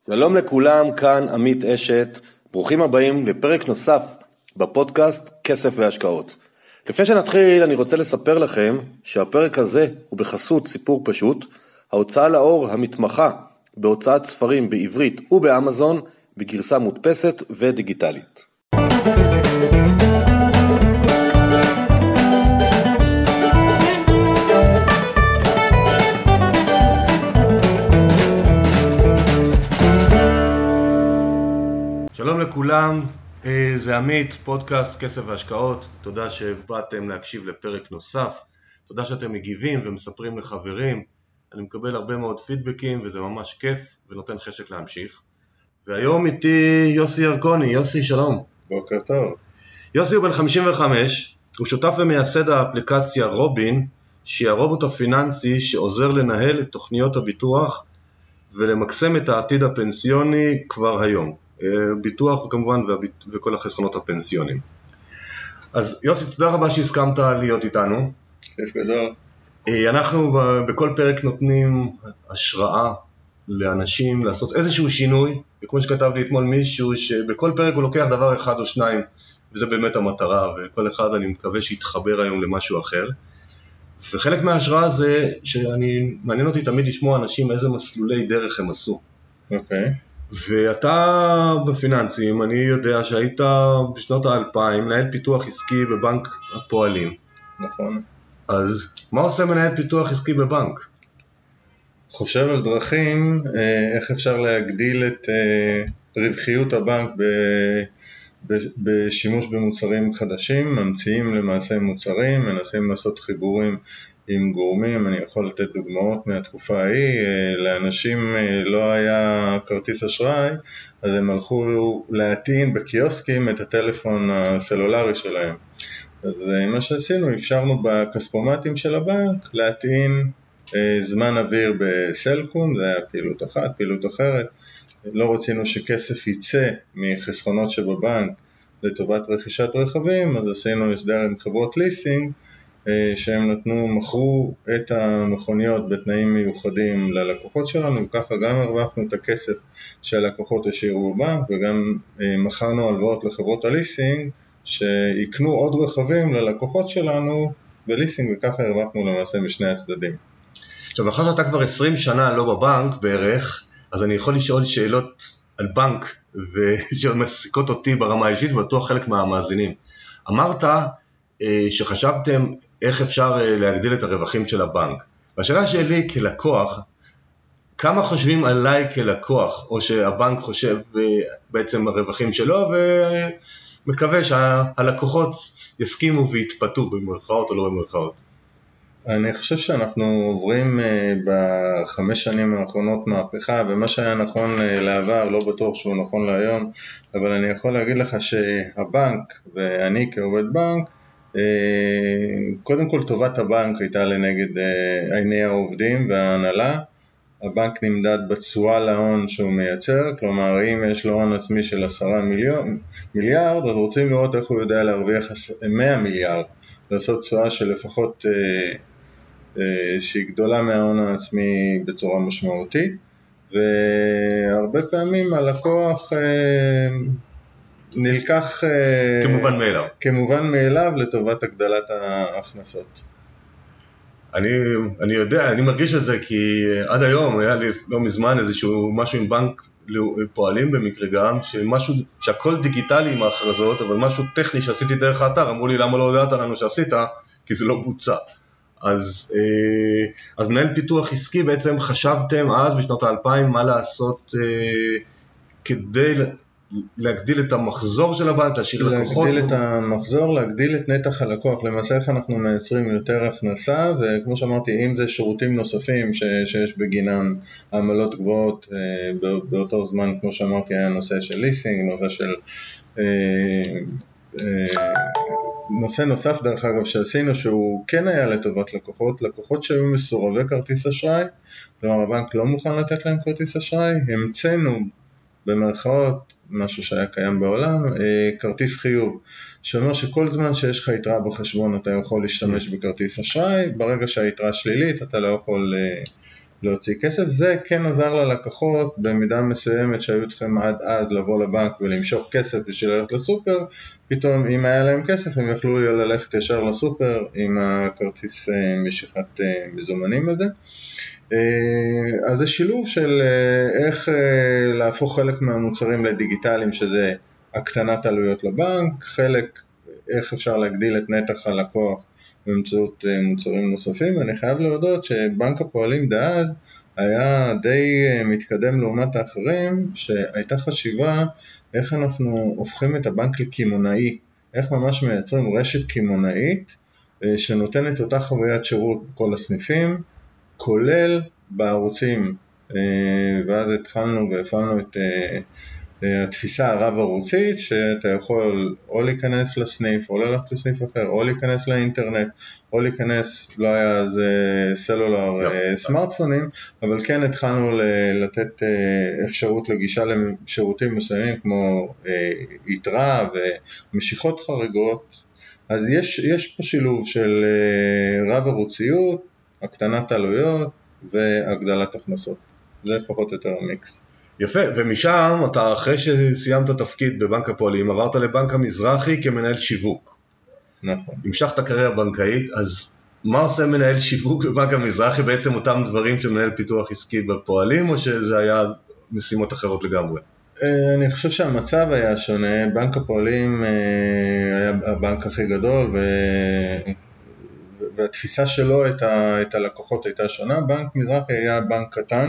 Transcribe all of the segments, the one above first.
שלום לכולם, כאן עמית אשת, ברוכים הבאים לפרק נוסף בפודקאסט כסף והשקעות. לפני שנתחיל אני רוצה לספר לכם שהפרק הזה הוא בחסות סיפור פשוט, ההוצאה לאור המתמחה בהוצאת ספרים בעברית ובאמזון בגרסה מודפסת ודיגיטלית. שלום לכולם, זה עמית, פודקאסט כסף והשקעות. תודה שבאתם להקשיב לפרק נוסף, תודה שאתם מגיבים ומספרים לחברים. אני מקבל הרבה מאוד פידבקים וזה ממש כיף ונותן חשק להמשיך. והיום איתי יוסי ירקוני. יוסי, שלום. בוקר טוב. יוסי הוא בן 55, הוא שותף ומייסד האפליקציה רובין, שהיא הרובוט הפיננסי שעוזר לנהל את תוכניות הביטוח ולמקסם את העתיד הפנסיוני כבר היום. ביטוח וכמובן וכל החסכונות הפנסיונים. אז יוסי, תודה רבה שהסכמת להיות איתנו. כיף גדול. אנחנו בכל פרק נותנים השראה לאנשים לעשות איזשהו שינוי, וכמו שכתב לי אתמול מישהו שבכל פרק הוא לוקח דבר אחד או שניים, וזה באמת המטרה, וכל אחד אני מקווה שיתחבר היום למשהו אחר. וחלק מההשראה זה מעניין אותי תמיד לשמוע אנשים איזה מסלולי דרך הם עשו. אוקיי. ואתה בפיננסים, אני יודע שהיית בשנות ה-2000 מנהל פיתוח עסקי בבנק הפועלים. נכון. אז מה עושה מנהל פיתוח עסקי בבנק? חושב על דרכים איך אפשר להגדיל את רווחיות הבנק בשימוש במוצרים חדשים, ממציאים למעשה מוצרים, מנסים לעשות חיבורים עם גורמים. אני יכול לתת דוגמאות מהתקופה ההיא, לאנשים לא היה כרטיס אשראי, אז הם הלכו להטעין בקיוסקים את הטלפון הסלולרי שלהם. אז מה שעשינו, אפשרנו בכספומטים של הבנק להטעין זמן אוויר בסלקום, זה היה פעילות אחת, פעילות אחרת. לא רצינו שכסף יצא מחסכונות שבבנק לטובת רכישת רכבים, אז עשינו הסדר עם חברות ליסינג, שהם מכרו את המכוניות בתנאים מיוחדים ללקוחות שלנו, וככה גם הרווחנו את הכסף שהלקוחות השאירו בבנק, וגם מכרנו הלוואות לחברות הליסינג, שיקנו עוד רכבים ללקוחות שלנו בליסינג, וככה הרווחנו למעשה משני הצדדים. עכשיו, אחרי שאתה כבר 20 שנה לא בבנק בערך, אז אני יכול לשאול שאלות על בנק, ושמעסיקות אותי ברמה האישית, ובטוח חלק מהמאזינים. אמרת שחשבתם איך אפשר להגדיל את הרווחים של הבנק. והשאלה שלי כלקוח, כמה חושבים עליי כלקוח, או שהבנק חושב בעצם הרווחים שלו, ומקווה שהלקוחות יסכימו ויתפתו במרכאות או לא במרכאות? אני חושב שאנחנו עוברים ב5 שנים האחרונות מהפכה, ומה שהיה נכון לעבר לא בטוח שהוא נכון להיום, אבל אני יכול להגיד לך שהבנק ואני כעובד בנק, קודם כל טובת הבנק הייתה לנגד עיני העובדים וההנהלה. הבנק נמדד בתשואה להון שהוא מייצר, כלומר אם יש לו הון עצמי של 10 מיליארד, אז רוצים לראות איך הוא יודע להרוויח 100 מיליארד, לעשות תשואה של לפחות שהיא גדולה מההון העצמי בצורה משמעותית, והרבה פעמים הלקוח נלקח כמובן מאליו לטובת הגדלת ההכנסות. אני יודע, אני מרגיש את זה כי עד היום היה לי לא מזמן משהו עם בנק פועלים במקרה גם, שהכל דיגיטלי עם ההכרזות, אבל משהו טכני שעשיתי דרך האתר, אמרו לי למה לא הודעת לנו שעשית, כי זה לא בוצע. אז מנהל פיתוח עסקי בעצם חשבתם אז בשנות ה-2000 מה לעשות כדי להגדיל את המחזור של הבנק, להשאיר לקוחות? להגדיל את המחזור, להגדיל את נתח הלקוח, למעשה איך אנחנו מייצרים יותר הכנסה, וכמו שאמרתי, אם זה שירותים נוספים שיש בגינם עמלות גבוהות, באותו זמן כמו שאמרתי היה נושא של ליסינג, נושא של נושא נוסף דרך אגב שעשינו שהוא כן היה לטובת לקוחות שהיו מסורבי כרטיס אשראי, כלומר הבנק לא מוכן לתת להם כרטיס אשראי, המצאנו במרכאות משהו שהיה קיים בעולם, כרטיס חיוב, שאומר שכל זמן שיש לך יתרה בחשבון אתה יכול להשתמש בכרטיס אשראי, ברגע שהיתרה שלילית אתה לא יכול להוציא כסף. זה כן עזר ללקוחות במידה מסוימת שהיו צריכים עד אז לבוא לבנק ולמשוך כסף בשביל ללכת לסופר, פתאום אם היה להם כסף הם יכלו ללכת ישר לסופר עם הכרטיס משיכת מזומנים הזה. אז זה שילוב של איך להפוך חלק מהמוצרים לדיגיטליים, שזה הקטנת עלויות לבנק, חלק איך אפשר להגדיל את נתח הלקוח באמצעות מוצרים נוספים. אני חייב להודות שבנק הפועלים דאז היה די מתקדם לעומת האחרים, שהייתה חשיבה איך אנחנו הופכים את הבנק לכימונאי, איך ממש מייצרים רשת כימונאית שנותנת אותה חוויית שירות בכל הסניפים, כולל בערוצים. ואז התחלנו והפעלנו את התפיסה הרב ערוצית, שאתה יכול או להיכנס לסניף, או ללכת לסניף אחר, או להיכנס לאינטרנט, או להיכנס, לא היה אז סלולר סמארטפונים, אבל כן התחלנו לתת אפשרות לגישה לשירותים מסוימים, כמו יתרה ומשיכות חריגות. אז יש פה שילוב של רב ערוציות, הקטנת עלויות והגדלת הכנסות. זה פחות או יותר המיקס. יפה, ומשם אתה אחרי שסיימת תפקיד בבנק הפועלים עברת לבנק המזרחי כמנהל שיווק. נכון. המשכת קריירה בנקאית, אז מה עושה מנהל שיווק בבנק המזרחי? בעצם אותם דברים שמנהל פיתוח עסקי בפועלים, או שזה היה משימות אחרות לגמרי? אני חושב שהמצב היה שונה. בנק הפועלים היה הבנק הכי גדול והתפיסה שלו את הלקוחות הייתה שונה. בנק מזרחי היה בנק קטן,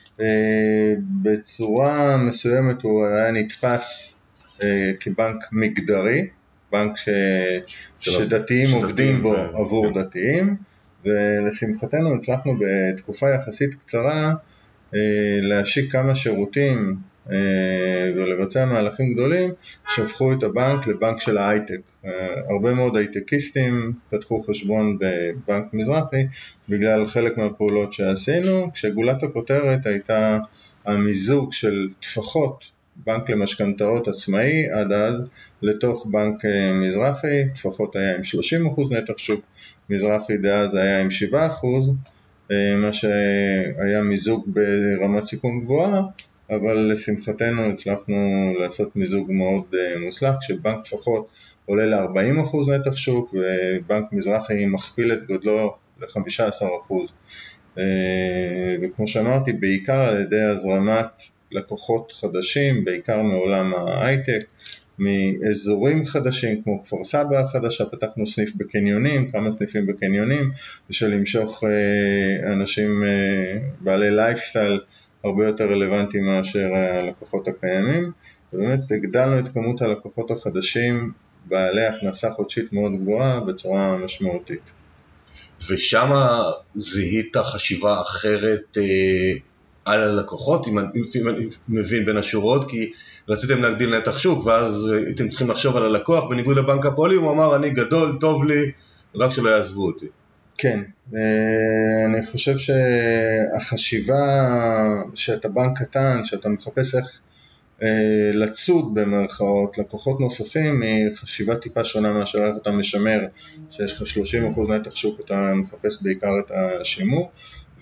בצורה מסוימת הוא היה נתפס כבנק מגדרי, בנק שדתיים עובדים בו עבור דתיים, ולשמחתנו הצלחנו בתקופה יחסית קצרה להשיק כמה שירותים ולבצע מהלכים גדולים שהפכו את הבנק לבנק של ההייטק. הרבה מאוד הייטקיסטים פתחו חשבון בבנק מזרחי בגלל חלק מהפעולות שעשינו, כשגולת הכותרת הייתה המיזוג של טפחות בנק למשכנתאות עצמאי עד אז לתוך בנק מזרחי. טפחות היה עם 30% נתח שוק, מזרחי דאז היה עם 7%, מה שהיה מיזוג ברמת סיכון גבוהה, אבל לשמחתנו הצלחנו לעשות מיזוג מאוד מוצלח, כשבנק טפחות עולה ל-40% נתח שוק ובנק מזרחי מכפיל את גודלו ל-15%. וכמו שאמרתי, בעיקר על ידי הזרמת לקוחות חדשים, בעיקר מעולם ההייטק, מאזורים חדשים כמו כפר סבא החדשה, פתחנו סניף בקניונים, כמה סניפים בקניונים, בשביל למשוך אנשים בעלי לייפסטייל הרבה יותר רלוונטיים מאשר הלקוחות הקיימים, ובאמת הגדלנו את כמות הלקוחות החדשים בעלי הכנסה חודשית מאוד גבוהה בצורה משמעותית. ושם זיהית חשיבה אחרת על הלקוחות, אם אני מבין בין השורות, כי רציתם להגדיל נתח שוק, ואז הייתם צריכים לחשוב על הלקוח, בניגוד לבנק הפועלים, הוא אמר, אני גדול, טוב לי, רק שלא יעזבו אותי. כן, אני חושב שהחשיבה שאתה בנק קטן, שאתה מחפש איך לצוד במרכאות לקוחות נוספים, היא חשיבה טיפה שונה מאשר איך אתה משמר, שיש לך 30% נתח שוק, אתה מחפש בעיקר את השימור,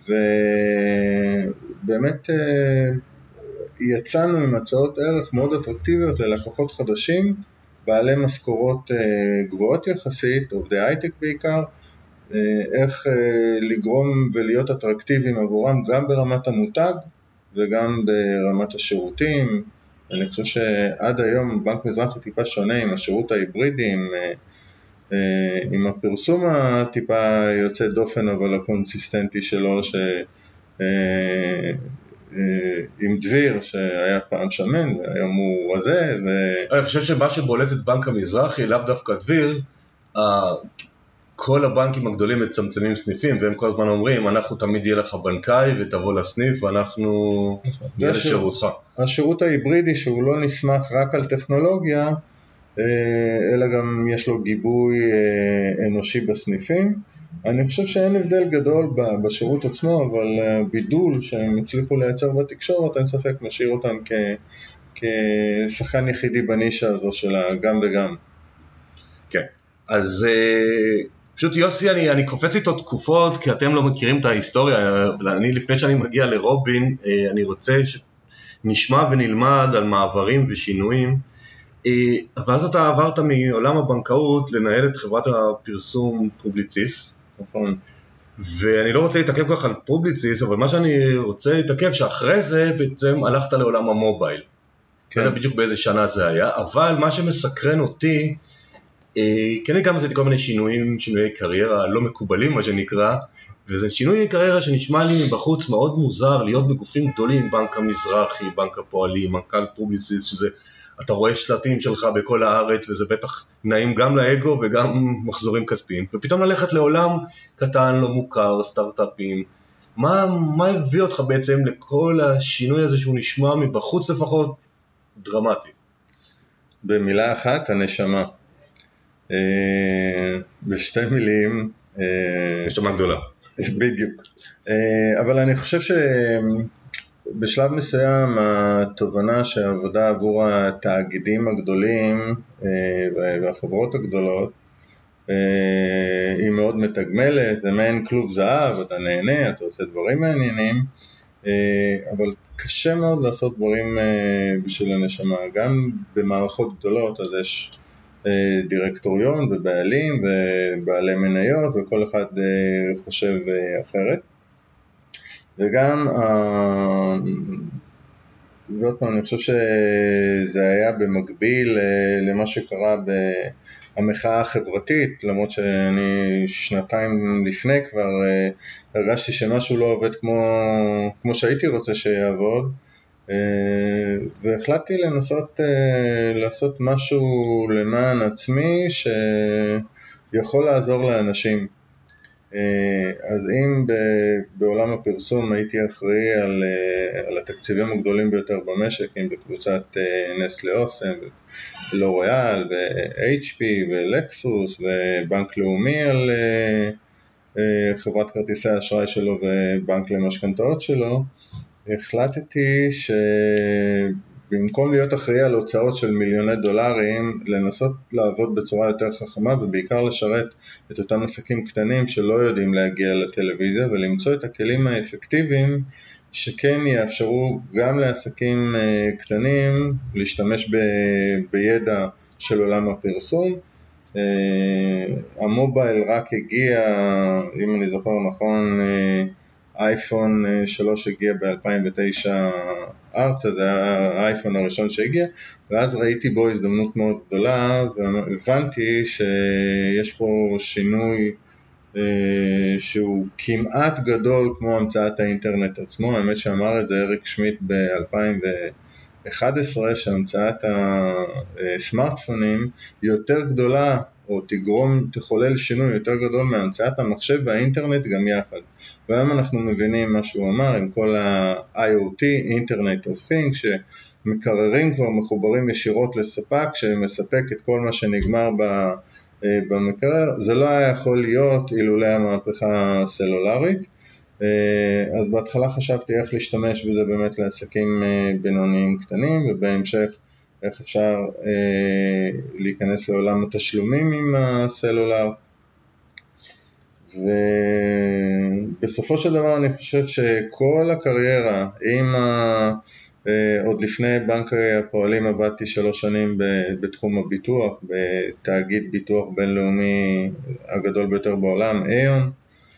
ובאמת יצאנו עם הצעות ערך מאוד אטרקטיביות ללקוחות חדשים, בעלי משכורות גבוהות יחסית, עובדי הייטק בעיקר, איך לגרום ולהיות אטרקטיביים עבורם גם ברמת המותג וגם ברמת השירותים. אני חושב שעד היום בנק מזרחי טיפה שונה עם השירות ההיברידי, עם הפרסום הטיפה יוצא דופן אבל הקונסיסטנטי שלו, עם דביר שהיה פעם שמן והיום הוא רזה. אני חושב שמה שבולט את בנק המזרחי, לאו דווקא דביר, כל הבנקים הגדולים מצמצמים סניפים, והם כל הזמן אומרים, אנחנו תמיד יהיה לך בנקאי ותבוא לסניף ואנחנו נהיה לשירותך. השירות ההיברידי שהוא לא נסמך רק על טכנולוגיה, אלא גם יש לו גיבוי אנושי בסניפים. אני חושב שאין הבדל גדול בשירות עצמו, אבל בידול שהם הצליחו לייצר בתקשורת, אין ספק משאיר אותם כשחקן יחידי בנישה הזו של גם וגם. כן, אז פשוט יוסי, אני קופץ איתו תקופות, כי אתם לא מכירים את ההיסטוריה, לפני שאני מגיע לרובין, אני רוצה שנשמע ונלמד על מעברים ושינויים, ואז אתה עברת מעולם הבנקאות לנהל את חברת הפרסום פובליציסט, נכון. ואני לא רוצה להתעכב כך על פובליציסט, אבל מה שאני רוצה להתעכב, שאחרי זה בעצם הלכת לעולם המובייל. כן. לא יודע בדיוק באיזה שנה זה היה, אבל מה שמסקרן אותי, כן אני גם עשיתי כל מיני שינויי קריירה לא מקובלים מה שנקרא, וזה שינוי קריירה שנשמע לי מבחוץ מאוד מוזר, להיות בגופים גדולים, בנק המזרחי, בנק הפועלים, מנכ"ל פובליציסט, שזה, אתה רואה שלטים שלך בכל הארץ, וזה בטח נעים גם לאגו וגם מחזורים כספיים, ופתאום ללכת לעולם קטן, לא מוכר, סטארט-אפים, מה הביא אותך בעצם לכל השינוי הזה שהוא נשמע מבחוץ לפחות דרמטי? במילה אחת, הנשמה. בשתי מילים, נשמה גדולה. בדיוק. אבל אני חושב שבשלב מסוים התובנה שהעבודה עבור התאגידים הגדולים והחברות הגדולות היא מאוד מתגמלת, זה מעין כלוב זהב, אתה נהנה, אתה עושה דברים מעניינים, אבל קשה מאוד לעשות דברים בשביל הנשמה. גם במערכות גדולות אז יש דירקטוריון ובעלים ובעלי מניות, וכל אחד חושב אחרת. וגם ועוד פעם, אני חושב שזה היה במקביל למה שקרה במחאה החברתית, למרות שאני שנתיים לפני כבר הרגשתי שמשהו לא עובד כמו שהייתי רוצה שיעבוד, והחלטתי לנסות לעשות משהו למען עצמי שיכול לעזור לאנשים. אז אם בעולם הפרסום הייתי אחראי על התקציבים הגדולים ביותר במשק, אם בקבוצת נסטלה אוסם, לוריאל ו-HP ולקסוס ובנק לאומי על חברת כרטיסי האשראי שלו ובנק למשכנתאות שלו, החלטתי שבמקום להיות אחראי על הוצאות של מיליוני דולרים, לנסות לעבוד בצורה יותר חכמה ובעיקר לשרת את אותם עסקים קטנים שלא יודעים להגיע לטלוויזיה, ולמצוא את הכלים האפקטיביים שכן יאפשרו גם לעסקים קטנים להשתמש בידע של עולם הפרסום. המובייל רק הגיע, אם אני זוכר נכון, אייפון 3 הגיע ב-2009 ארצה, זה האייפון הראשון שהגיע, ואז ראיתי בו הזדמנות מאוד גדולה, והבנתי שיש פה שינוי שהוא כמעט גדול כמו המצאת האינטרנט עצמו. האמת שאמר את זה אריק שמיט ב-2011, שהמצאת הסמארטפונים יותר גדולה, או תחולל שינוי יותר גדול מהמצאת המחשב והאינטרנט גם יחד. והיום אנחנו מבינים מה שהוא אמר עם כל ה-IoT, Internet of Things, שמקררים כבר מחוברים ישירות לספק, שמספק את כל מה שנגמר במקרר. זה לא היה יכול להיות אילולא המהפכה הסלולרית. אז בהתחלה חשבתי איך להשתמש בזה באמת לעסקים בינוניים קטנים, ובהמשך איך אפשר להיכנס לעולם התשלומים עם הסלולר. ובסופו של דבר אני חושב שכל הקריירה, עוד לפני בנק הפועלים עבדתי 3 שנים בתחום הביטוח, בתאגיד ביטוח בינלאומי הגדול ביותר בעולם, איון,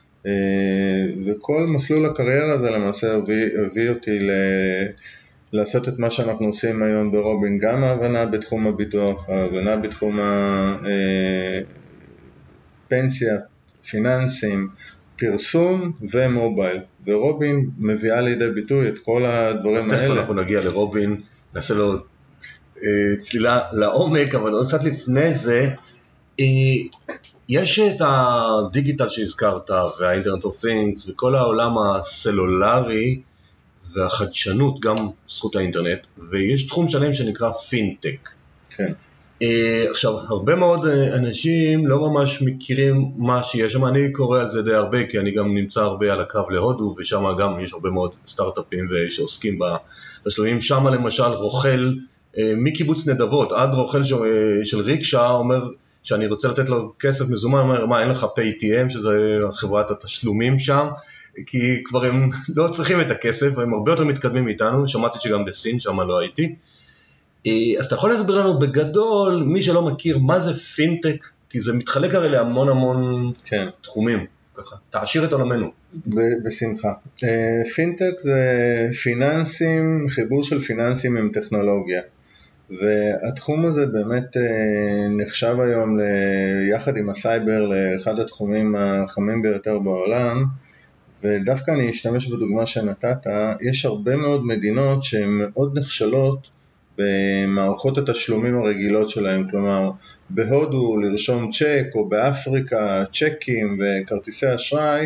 וכל מסלול הקריירה הזה למעשה הביא אותי לעשות את מה שאנחנו עושים היום ברובין, גם ההבנה בתחום הביטוח, ההבנה בתחום הפנסיה, פיננסים, פרסום ומובייל, ורובין מביאה לידי ביטוי את כל הדברים האלה. אנחנו נגיע לרובין, נעשה לו צלילה לעומק, אבל עוד קצת לפני זה, יש את הדיגיטל שהזכרת, והאינטרנט אוף תינגס, וכל העולם הסלולרי, והחדשנות, גם זכות האינטרנט, ויש תחום שלם שנקרא פינטק. כן. עכשיו, הרבה מאוד אנשים לא ממש מכירים מה שיש שם, אני קורא על זה די הרבה, כי אני גם נמצא הרבה על הקו להודו, ושם גם יש הרבה מאוד סטארט-אפים שעוסקים בתשלומים. שם למשל רוכל מקיבוץ נדבות, עד רוכל של ריקשה, אומר, שאני רוצה לתת לו כסף מזומן, אומר, מה, אין לך PayTM, שזה חברת התשלומים שם, כי כבר הם לא צריכים את הכסף, הם הרבה יותר מתקדמים איתנו, שמעתי שגם בסין, שם לא הייתי. אז אתה יכול להסביר לנו בגדול, מי שלא מכיר, מה זה פינטק? כי זה מתחלק הרי להמון המון תחומים, ככה, תעשיר את עולמנו. בשמחה. פינטק זה פיננסים, חיבור של פיננסים עם טכנולוגיה. והתחום הזה באמת נחשב היום יחד עם הסייבר לאחד התחומים החמים ביותר בעולם, ודווקא אני אשתמש בדוגמה שנתת, יש הרבה מאוד מדינות שהן מאוד נחשלות במערכות התשלומים הרגילות שלהם, כלומר בהודו לרשום צ'ק או באפריקה צ'קים וכרטיסי אשראי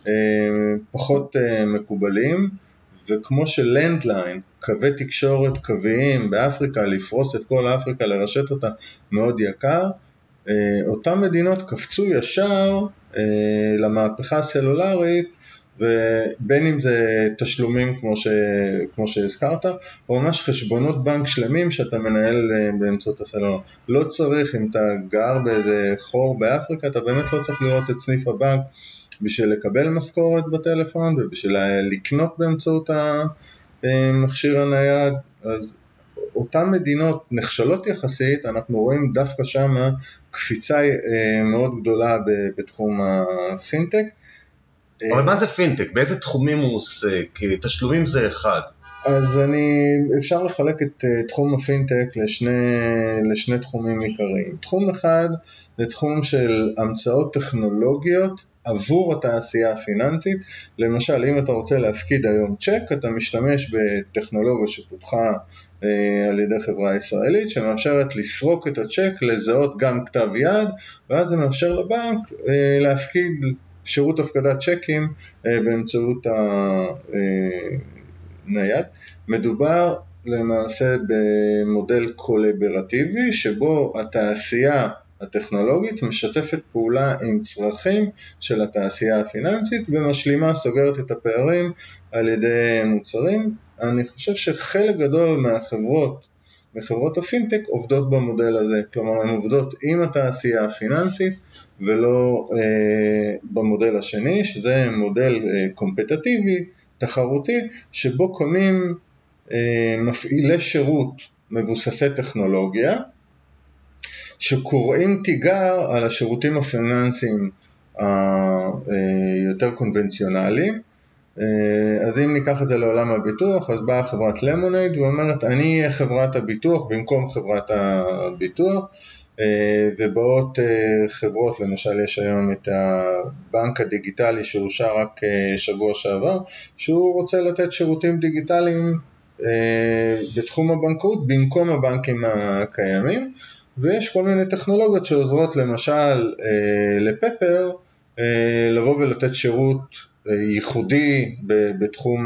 פחות מקובלים, וכמו שלנדליין, קווי תקשורת קוויים באפריקה, לפרוס את כל אפריקה, לרשת אותה מאוד יקר, אותן מדינות קפצו ישר למהפכה הסלולרית, ובין אם זה תשלומים כמו שהזכרת, או ממש חשבונות בנק שלמים שאתה מנהל באמצעות הסלולר. לא צריך, אם אתה גר באיזה חור באפריקה, אתה באמת לא צריך לראות את סניף הבנק בשביל לקבל משכורת בטלפון, ובשביל לקנות באמצעות המכשיר הנייד. אז אותן מדינות נחשלות יחסית, אנחנו רואים דווקא שם קפיצה מאוד גדולה בתחום הפינטק. אבל מה זה פינטק? באיזה תחומים הוא עוסק? תשלומים זה אחד. אז אפשר לחלק את תחום הפינטק לשני תחומים עיקריים. תחום אחד זה תחום של המצאות טכנולוגיות עבור התעשייה הפיננסית. למשל, אם אתה רוצה להפקיד היום צ'ק, אתה משתמש בטכנולוגיה שפותחה על ידי חברה ישראלית, שמאפשרת לפרוק את הצ'ק, לזהות גם כתב יד, ואז זה מאפשר לבנק להפקיד שירות הפקדת צ'קים באמצעות הנייד. מדובר למעשה במודל קולברטיבי, שבו התעשייה הטכנולוגית משתפת פעולה עם צרכים של התעשייה הפיננסית, ומשלימה, סוגרת את הפערים על ידי מוצרים. אני חושב שחלק גדול מחברות הפינטק עובדות במודל הזה, כלומר הן עובדות עם התעשייה הפיננסית ולא במודל השני, שזה מודל קומפטטיבי, תחרותי, שבו קונים מפעילי שירות מבוססי טכנולוגיה, שקוראים תיגר על השירותים הפיננסיים היותר קונבנציונליים. אז אם ניקח את זה לעולם הביטוח, אז באה חברת למונייד ואומרת, אני אהיה חברת הביטוח במקום חברת הביטוח, ובאות חברות, למשל יש היום את הבנק הדיגיטלי שאושר רק שבוע שעבר, שהוא רוצה לתת שירותים דיגיטליים בתחום הבנקאות במקום הבנקים הקיימים, ויש כל מיני טכנולוגיות שעוזרות למשל לפפר לבוא ולתת שירות ייחודי בתחום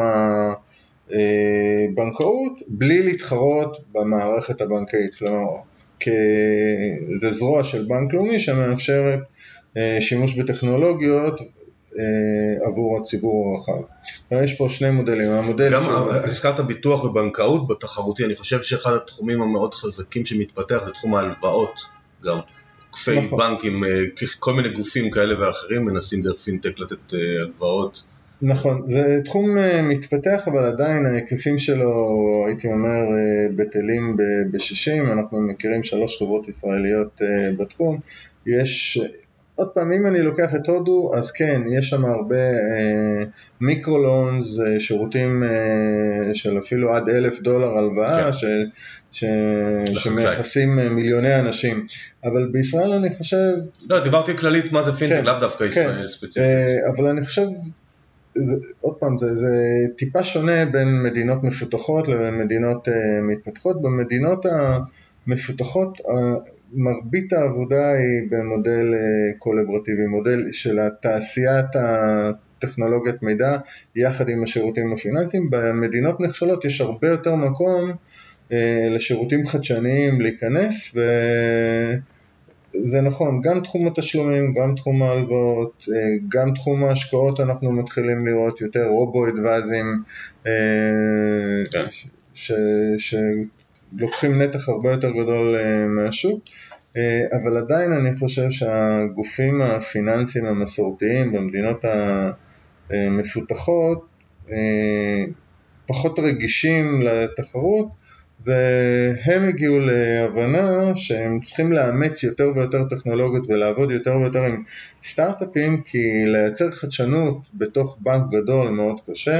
הבנקאות בלי להתחרות במערכת הבנקאית. כלומר, זה זרוע של בנק לאומי שמאפשרת שימוש בטכנולוגיות עבור הציבור הרחב. יש פה שני מודלים. גם הזכרת ביטוח ובנקאות בתחרותי, אני חושב שאחד התחומים המאוד חזקים שמתפתח זה תחום ההלוואות גם. כפי בנקים, כל מיני גופים כאלה ואחרים מנסים דרך פינטק לתת הלוואות. נכון, זה תחום מתפתח, אבל עדיין ההיקפים שלו, הייתי אומר, בטלים ב-60. אנחנו מכירים 3 חברות ישראליות בתחום. יש, עוד פעם, אם אני לוקח את הודו, אז כן, יש שם הרבה מיקרולונס, שירותים של אפילו עד $1,000 הלוואה, שמייחסים מיליוני אנשים. אבל בישראל אני חושב... לא, דיברתי כללית מה זה פינטק, לאו דווקא ישראל ספציפית. אבל אני חושב, עוד פעם, זה טיפה שונה בין מדינות מפותחות לבין מדינות מתפתחות. במדינות המפותחות, מרבית העבודה היא במודל קולברטיבי, מודל של התעשיית הטכנולוגיית מידע יחד עם השירותים הפיננסיים. במדינות נחשלות יש הרבה יותר מקום לשירותים חדשניים להיכנס, וזה נכון, גם תחום התשלומים, גם תחום ההלוואות, גם תחום ההשקעות אנחנו מתחילים לראות יותר רובו-אדוויזים, לוקחים נתח הרבה יותר גדול מהשוק, אבל עדיין אני חושב שהגופים הפיננסיים המסורתיים במדינות המפותחות פחות רגישים לתחרות, והם הגיעו להבנה שהם צריכים לאמץ יותר ויותר טכנולוגיות ולעבוד יותר ויותר עם סטארט-אפים, כי לייצר חדשנות בתוך בנק גדול מאוד קשה.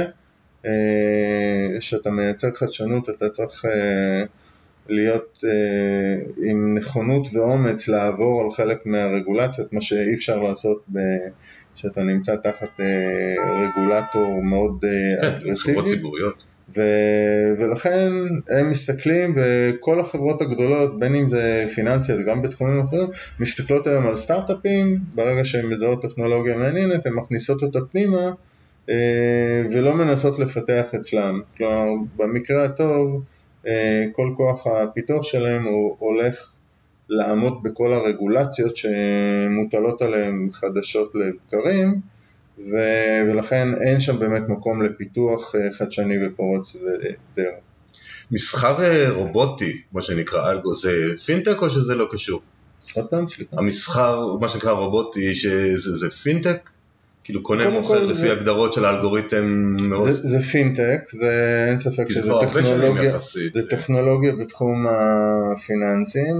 שאתה מייצר חדשנות אתה צריך להיות עם נכונות ואומץ לעבור על חלק מהרגולציות, מה שאי אפשר לעשות שאתה נמצא תחת רגולטור מאוד אגרסיבי. חברות ציבוריות. ולכן הם מסתכלים, וכל החברות הגדולות, בין אם זה פיננסיה וגם בתחומים אחרים, מסתכלות היום על סטארט-אפים, ברגע שהן מזהות טכנולוגיה מעניינת, הן מכניסות אותה פנימה, ולא מנסות לפתח אצלם. כלומר, במקרה הטוב, כל כוח הפיתוח שלהם הוא הולך לעמוד בכל הרגולציות שמוטלות עליהם חדשות לבקרים, ולכן אין שם באמת מקום לפיתוח חדשני ופורץ ודרך. מסחר רובוטי, מה שנקרא אלגו, זה פינטק או שזה לא קשור? עוד פעם, סליחה. המסחר, מה שנקרא רובוטי, שזה פינטק? כאילו קונה מוכר לפי הגדרות של האלגוריתם מאוד? זה פינטק, אין ספק שזה טכנולוגיה, זה טכנולוגיה בתחום הפיננסים,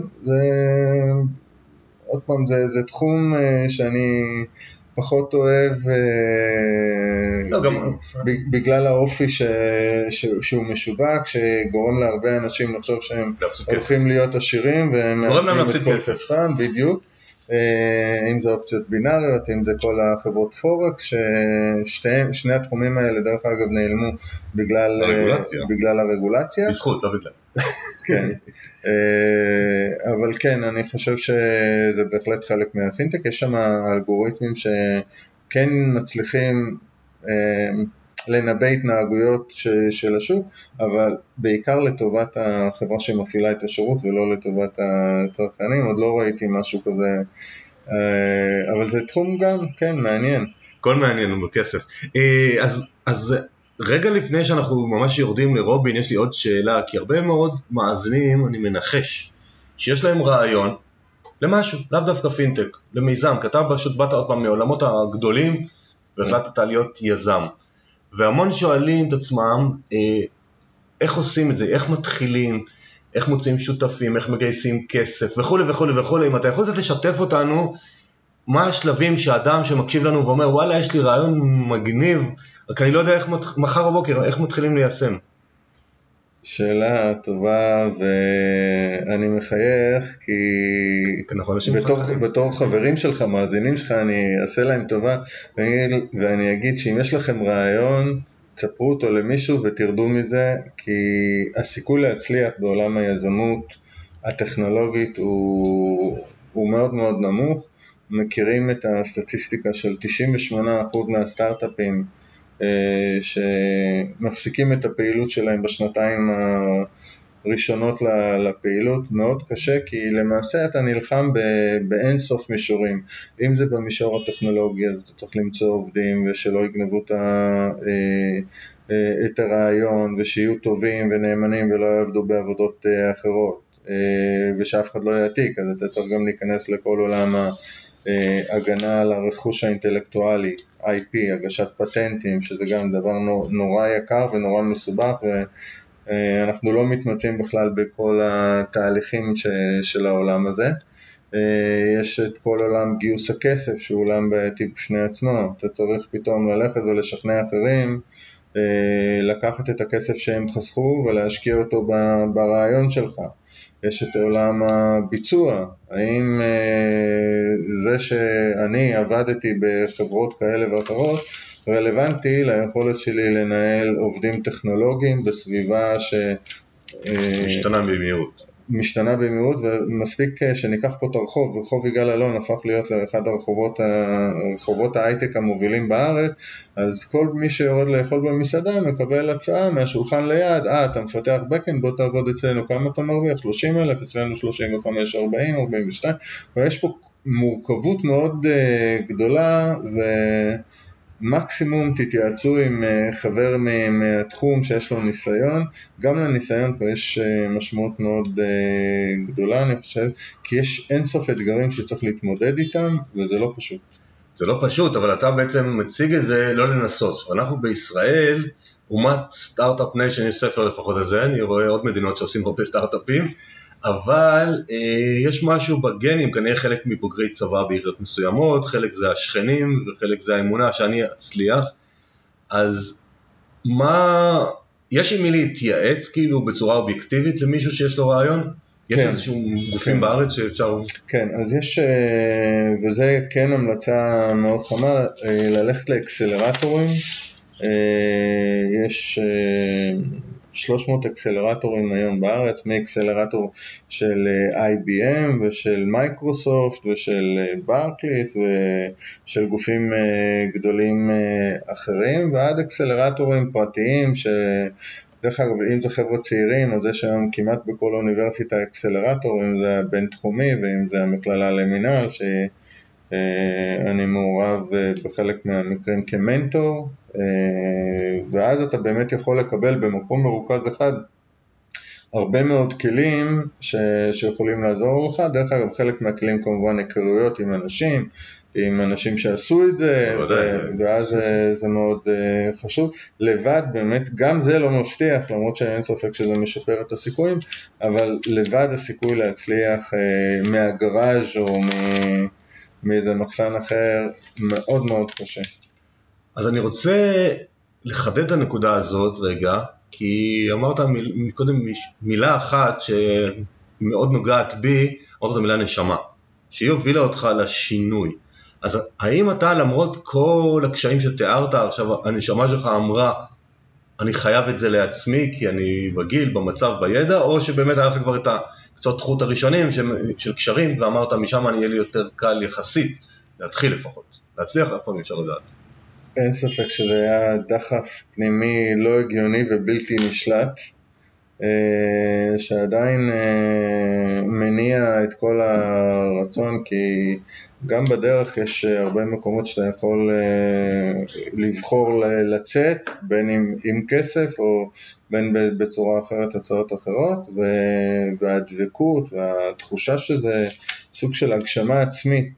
עוד פעם, זה תחום שאני פחות אוהב בגלל האופי שהוא משווק, שגורם להרבה אנשים לחשוב שהם הולכים להיות עשירים והם גורם להם להפסיד כסף. בדיוק. אם זה אופציות בינאריות, אם זה כל החברות פורקס, ששני התחומים האלה דרך אגב נעלמו בגלל הרגולציה. בזכות, לא בגלל. כן. אבל כן, אני חושב שזה בהחלט חלק מהפינטק. יש שם אלגוריתמים שכן מצליחים לנבא התנהגויות של השוק, אבל בעיקר לטובת החברה שמפעילה את השירות ולא לטובת הצרכנים. עוד לא ראיתי משהו כזה, אבל זה תחום גם, כן, מעניין. כל מעניין הוא בכסף. אז רגע לפני שאנחנו ממש יורדים לרובין, יש לי עוד שאלה, כי הרבה מאוד מאזינים, אני מנחש, שיש להם רעיון למשהו, לאו דווקא פינטק, למיזם, כי אתה פשוט באת עוד פעם מעולמות הגדולים, והחלטת להיות יזם. והמון שואלים את עצמם, איך עושים את זה, איך מתחילים, איך מוצאים שותפים, איך מגייסים כסף, וכו' וכו' וכו'. אם אתה יכול לשתף אותנו, מה השלבים שאדם שמקשיב לנו ואומר, וואלה, יש לי רעיון מגניב, רק אני לא יודע איך מחר בבוקר, איך מתחילים ליישם. שאלה טובה, ואני מחייך, כי בתור חברים שלך, מאזינים שלך, אני אעשה להם טובה, ואני אגיד שאם יש לכם רעיון, תספרו אותו למישהו ותרדו מזה, כי הסיכוי להצליח בעולם היזמות הטכנולוגית הוא מאוד מאוד נמוך. מכירים את הסטטיסטיקה של 98% מהסטארט-אפים שמפסיקים את הפעילות שלהם בשנתיים הראשונות לפעילות. מאוד קשה, כי למעשה אתה נלחם באין סוף מישורים. אם זה במישור הטכנולוגיה, אתה צריך למצוא עובדים ושלא יגנבו את הרעיון, ושיהיו טובים ונאמנים ולא יעבדו בעבודות אחרות, ושאף אחד לא יעתיק. אז אתה צריך גם להיכנס לכל עולם הגנה על הרכוש האינטלקטואלי, IP, הגשת פטנטים, שזה גם דבר נורא יקר ונורא מסובך, ואנחנו לא מתמצאים בכלל בכל התהליכים של העולם הזה. יש את כל עולם גיוס הכסף, שהוא עולם בעייתי בפני עצמו. אתה צריך פתאום ללכת ולשכנע אחרים, לקחת את הכסף שהם חסכו ולהשקיע אותו ברעיון שלך. יש את עולם הביצוע, האם זה שאני עבדתי בחברות כאלה ואחרות רלוונטי ליכולת שלי לנהל עובדים טכנולוגיים בסביבה משתנה במהירות, ומספיק שניקח פה את הרחוב, רחוב יגאל אלון הפך להיות לאחד הרחובות ההייטק המובילים בארץ, אז כל מי שיורד לאכול במסעדה מקבל הצעה מהשולחן ליד, אתה מפתח בקאנד, בוא תעבוד אצלנו, כמה אתה מרוויח? 30,000, אצלנו 35, 40, 42, ויש פה מורכבות מאוד גדולה, מקסימום תתייעצו עם חבר מהתחום שיש לו ניסיון, גם לניסיון פה יש משמעות מאוד גדולה אני חושב, כי יש אינסוף אתגרים שצריך להתמודד איתם וזה לא פשוט. זה לא פשוט, אבל אתה בעצם מציג את זה לא לנסות. אנחנו בישראל, אומת סטארט-אפ ניישן, יש ספר לפחות את זה, אני רואה עוד מדינות שעושים הרבה סטארט-אפים, אבל יש משהו בגנים, כנראה חלק מבוגרי צבא בעיריות מסוימות, חלק זה השכנים וחלק זה האמונה שאני אצליח, אז מה, יש עם מי להתייעץ כאילו בצורה אובייקטיבית למישהו שיש לו רעיון? יש איזשהו גופים בארץ שאפשר... כן, אז יש, וזה כן המלצה מאוד חמה, ללכת לאקסלרטורים, יש 300 אקסלרטורים היום בארץ, מאקסלרטור של IBM ושל מייקרוסופט ושל ברקליס ושל גופים גדולים אחרים, ועד אקסלרטורים פרטיים דרך אגב, אם זה חבר'ה צעירים, אז יש היום כמעט בכל אוניברסיטה אקסלרטור, אם זה הבינתחומי ואם זה המכללה למינהל, שאני מעורב בחלק מהמקרים כמנטור, ואז אתה באמת יכול לקבל במקום מרוכז אחד הרבה מאוד כלים שיכולים לעזור לך. דרך אגב, חלק מהכלים כמובן היכרויות עם אנשים שעשו את זה, ואז זה מאוד חשוב. לבד באמת, גם זה לא מבטיח, למרות שאין ספק שזה משפר את הסיכויים, אבל לבד הסיכוי להצליח מהגראז' או מאיזה מחסן אחר מאוד מאוד קשה. אז אני רוצה לחדד את הנקודה הזאת רגע, כי אמרת קודם מילה אחת שמאוד נוגעת בי, אמרת את המילה נשמה, שהיא הובילה אותך לשינוי. אז האם אתה למרות כל הקשיים שתיארת, עכשיו הנשמה שלך אמרה, אני חייב את זה לעצמי כי אני בגיל, במצב, בידע, או שבאמת היה לך כבר את הקצות חוט הראשונים של קשרים, ואמרת משם אני יהיה לי יותר קל יחסית, להתחיל לפחות, להצליח אף פעם אפשר לדעת. אין ספק שזה היה דחף פנימי לא הגיוני ובלתי נשלט, שעדיין מניע את כל הרצון, כי גם בדרך יש הרבה מקומות שאתה יכול לבחור לצאת, בין עם כסף או בין בצורה אחרת הצעות אחרות, והדבקות והתחושה שזה סוג של הגשמה עצמית,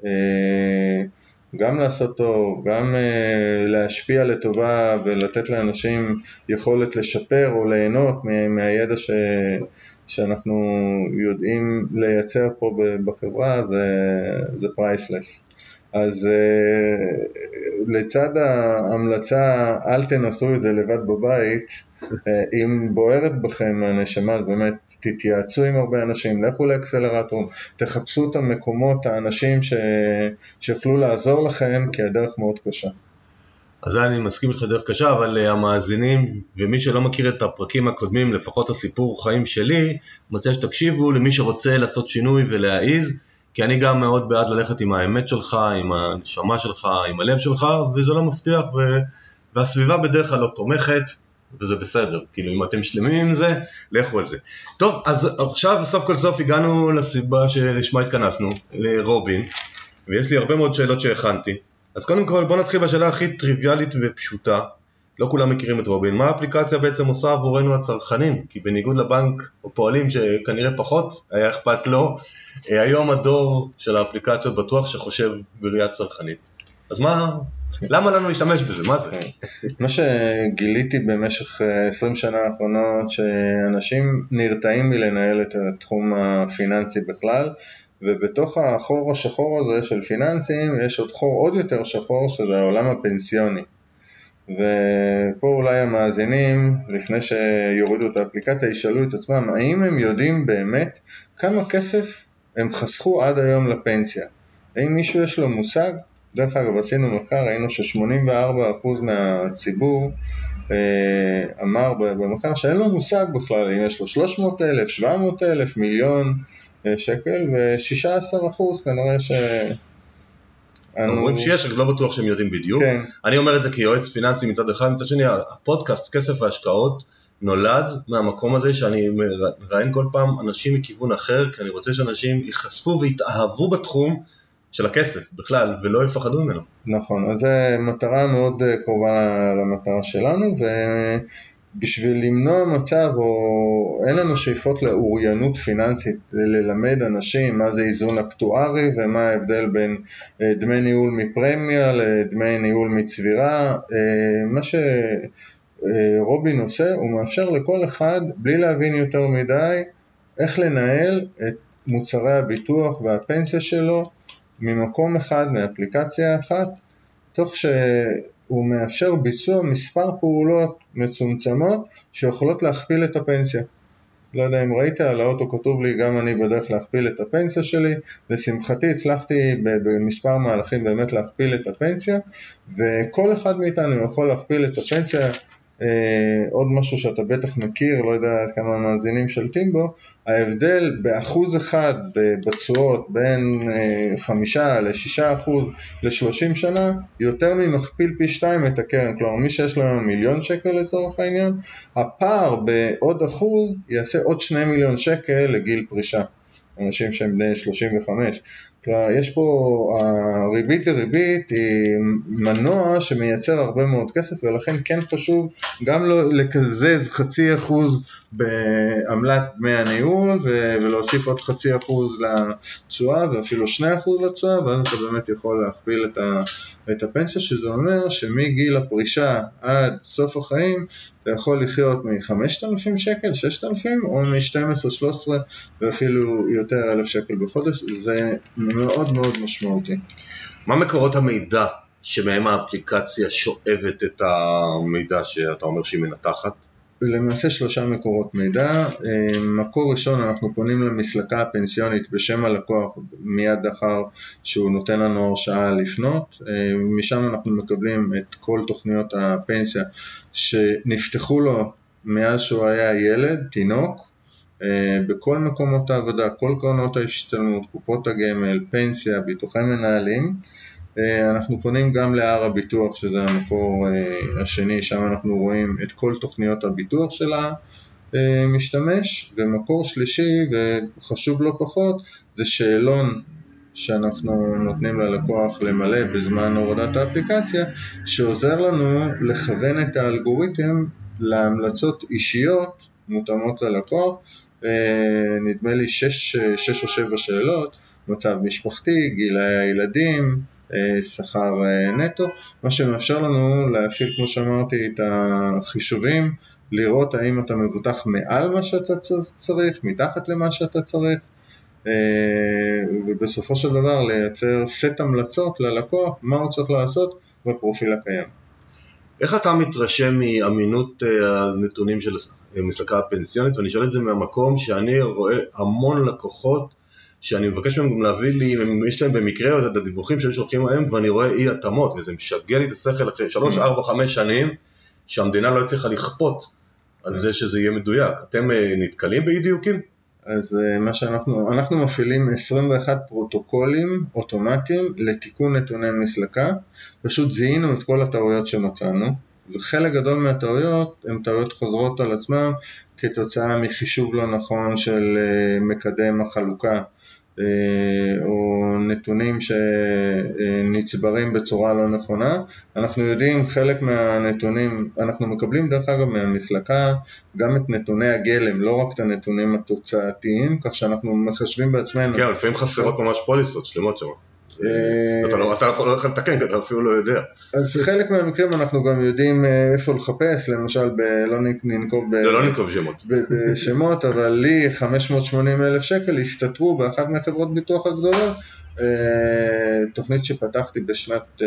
גם לעשות טוב, גם להשפיע לטובה ולתת לאנשים יכולת לשפר או ליהנות מהידע שאנחנו יודעים לייצר פה בחברה, זה פרייסלס. אז לצד ההמלצה, אל תנסו את זה לבד בבית, אם בוערת בכם הנשמה, באמת תתייעצו עם הרבה אנשים, לכו לאקסלרטור, תחפשו את המקומות, האנשים שיוכלו לעזור לכם, כי הדרך מאוד קשה. אז אני מסכים איתך דרך קשה, אבל המאזינים ומי שלא מכיר את הפרקים הקודמים, לפחות הסיפור חיים שלי, מציע שתקשיבו למי שרוצה לעשות שינוי ולהעיז, כי אני גם מאוד בעד ללכת עם האמת שלך, עם הנשמה שלך, עם הלב שלך, וזה לא מבטיח, והסביבה בדרך כלל לא תומכת, וזה בסדר. כאילו אם אתם שלמים עם זה, לכו על זה. טוב, אז עכשיו סוף כל סוף הגענו לסיבה שלשמה התכנסנו, לרובין, ויש לי הרבה מאוד שאלות שהכנתי. אז קודם כל בוא נתחיל בשאלה הכי טריוויאלית ופשוטה, לא כולם מכירים את רובין, מה האפליקציה בעצם עושה עבורנו הצרכנים? כי בניגוד לבנק או פועלים שכנראה פחות היה אכפת לו, היום הדור של האפליקציות בטוח שחושב בראייה צרכנית. אז למה לנו להשתמש בזה? מה זה? מה שגיליתי במשך 20 שנה האחרונות, שאנשים נרתעים מלנהל את התחום הפיננסי בכלל, ובתוך החור השחור הזה של פיננסים יש עוד חור עוד יותר שחור, שזה העולם הפנסיוני. ופה אולי המאזינים, לפני שיורידו את האפליקציה, ישאלו את עצמם, האם הם יודעים באמת כמה כסף הם חסכו עד היום לפנסיה? האם מישהו יש לו מושג? דרך אגב, עשינו מחקר, ראינו ש84% מהציבור אמר במחקר שאין לו מושג בכלל, אם יש לו 300,000, 700,000, מיליון שקל, ו16% כנראה אומרים שיש, רק לא בטוח שהם יודעים בדיוק. כן. אני אומר את זה כיועץ פיננסי מצד אחד, מצד שני, הפודקאסט כסף והשקעות נולד מהמקום הזה שאני מראיין כל פעם אנשים מכיוון אחר, כי אני רוצה שאנשים ייחשפו והתאהבו בתחום של הכסף בכלל, ולא יפחדו ממנו. נכון, אז זו מטרה מאוד קרובה למטרה שלנו, ובשביל למנוע מצב, או אין לנו שאיפות לאוריינות פיננסית, ללמד אנשים מה זה איזון אקטוארי, ומה ההבדל בין דמי ניהול מפרמיה לדמי ניהול מצבירה. מה שרובין עושה, הוא מאפשר לכל אחד, בלי להבין יותר מדי, איך לנהל את מוצרי הביטוח והפנסיה שלו, ממקום אחד, מאפליקציה אחת, תוך שהוא מאפשר ביצוע מספר פעולות מצומצמות שיכולות להכפיל את הפנסיה. לא יודע אם ראית, על האוטו כתוב לי, גם אני בדרך להכפיל את הפנסיה שלי, לשמחתי הצלחתי במספר מהלכים באמת להכפיל את הפנסיה, וכל אחד מאיתנו יכול להכפיל את הפנסיה. עוד משהו שאתה בטח מכיר, לא יודע כמה המאזינים שלטים בו, ההבדל ב1% בצועות בין 5 ל6% ל30 שנה, יותר ממכפיל פי 2 את הקרן. כלומר, מי שיש לו 1,000,000 שקל לצורך העניין, הפער בעוד 1% יעשה עוד 2 מיליון שקל לגיל פרישה. אנשים שהם בני 35. כלומר, יש פה, הריבית דריבית היא מנוע שמייצר הרבה מאוד כסף, ולכן כן חשוב גם לא לקזז 0.5% בעמלת דמי הניהול, ולהוסיף עוד 0.5% לתשואה, ואפילו 2% לתשואה, ואז אתה באמת יכול להכפיל את הפנסיה, שזה אומר שמגיל הפרישה עד סוף החיים, אתה יכול לחיות מ5,000 שקל, 6,000, או מ12-13, ואפילו יותר 1,000 שקל בחודש. זה מאוד מאוד משמעותי. מה מקורות המידע שמהם האפליקציה שואבת את המידע שאתה אומר שהיא מנתחת? למעשה 3 מקורות מידע. מקור ראשון, אנחנו פונים למסלקה הפנסיונית בשם הלקוח מיד לאחר שהוא נותן לנו הרשאה לפנות. משם אנחנו מקבלים את כל תוכניות הפנסיה שנפתחו לו מאז שהוא היה ילד, תינוק, בכל מקומות העבודה, כל קרנות ההשתלמות, קופות הגמל, פנסיה, ביטוחי מנהלים. אנחנו פונים גם להר הביטוח, שזה המקור השני, שם אנחנו רואים את כל תוכניות הביטוח של המשתמש. ומקור שלישי, וחשוב לא פחות, זה שאלון שאנחנו נותנים ללקוח למלא בזמן הורדת האפליקציה, שעוזר לנו לכוון את האלגוריתם להמלצות אישיות מותאמות ללקוח. נדמה לי 6 או 7 שאלות, מצב משפחתי, גילי הילדים, שכר נטו, מה שמאפשר לנו להפעיל, כמו שאמרתי, את החישובים, לראות האם אתה מבוטח מעל מה שאתה צריך, מתחת למה שאתה צריך, ובסופו של דבר לייצר סט המלצות ללקוח, מה הוא צריך לעשות בפרופיל הקיים. איך אתה מתרשם מאמינות הנתונים של המסלקה הפנסיונית? ואני שואל את זה מהמקום שאני רואה המון לקוחות שאני מבקש מהם גם להביא לי, אם יש להם במקרה את הדיווחים שהם שולחים להם, ואני רואה אי התאמות, וזה משגע לי את השכל אחרי 3, 4, 5 שנים, שהמדינה לא הצליחה לכפות על זה שזה יהיה מדויק. אתם נתקלים באי דיוקים? אז מה אנחנו מפעילים 21 פרוטוקולים אוטומטיים לתיקון נתוני מסלקה, פשוט זיהינו את כל הטעויות שמצאנו, וחלק גדול מהטעויות הן טעויות חוזרות על עצמם, כתוצאה מחישוב לא נכון של מקדם החלוקה, או נתונים שנצברים בצורה לא נכונה. אנחנו יודעים חלק מהנתונים, אנחנו מקבלים דרך אגב מהמסלקה גם את נתוני הגלם, לא רק את הנתונים התוצאתיים, כך שאנחנו מחשבים בעצמנו. כן, לפעמים חסרות ממש פוליסות שלמות שם. אתה לא יכול לתקן, אתה אפילו לא יודע. אז חלק מהמקרים אנחנו גם יודעים איפה לחפש, למשל לא ננקוב בשמות, אבל לי 580,000 שקל הסתתרו באחת מהחברות ביטוח הגדולות, תוכנית שפתחתי בשנת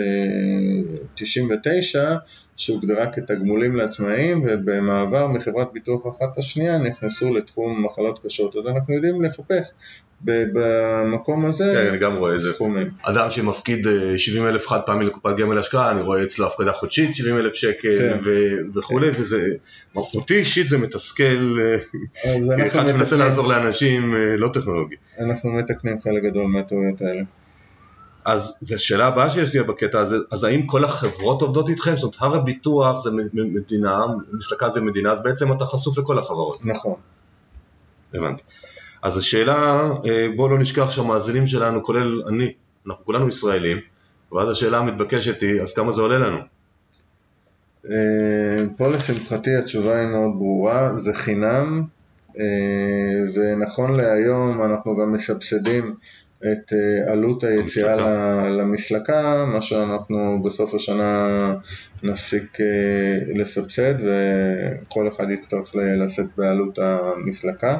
99, שהוגדרה כתגמולים לעצמאים, ובמעבר מחברת ביטוח אחת לשנייה נכנסו לתחום מחלות קשות. אז אנחנו יודעים לחפש במקום הזה. כן, אני גם רואה את זה. אדם שמפקיד 70,000 חד פעמי לקופת גמל השקעה, אני רואה אצלו הפקדה חודשית 70,000 שקל וכו', וזה, אותי אישית זה מתסכל, אחד שמנסה לעזור לאנשים לא טכנולוגי. אנחנו מתקנים חלק גדול מהטעויות האלה. אז זו שאלה הבאה שיש לי בקטע הזה, אז האם כל החברות עובדות איתכם? זאת אומרת, הר הביטוח זה מדינה, מסלקה זה מדינה, אז בעצם אתה חשוף לכל החברות. נכון. הבנתי. אז השאלה, בואו לא נשכח שהמאזינים שלנו, כולל אני, אנחנו כולנו ישראלים, ואז השאלה המתבקשת היא, אז כמה זה עולה לנו? פה לשמחתי התשובה היא מאוד ברורה, זה חינם, ונכון להיום אנחנו גם מסבסדים את עלות היציאה למסלקה, מה שאנחנו בסוף השנה נפסיק לסבסד, וכל אחד יצטרך לשאת בעלות המסלקה.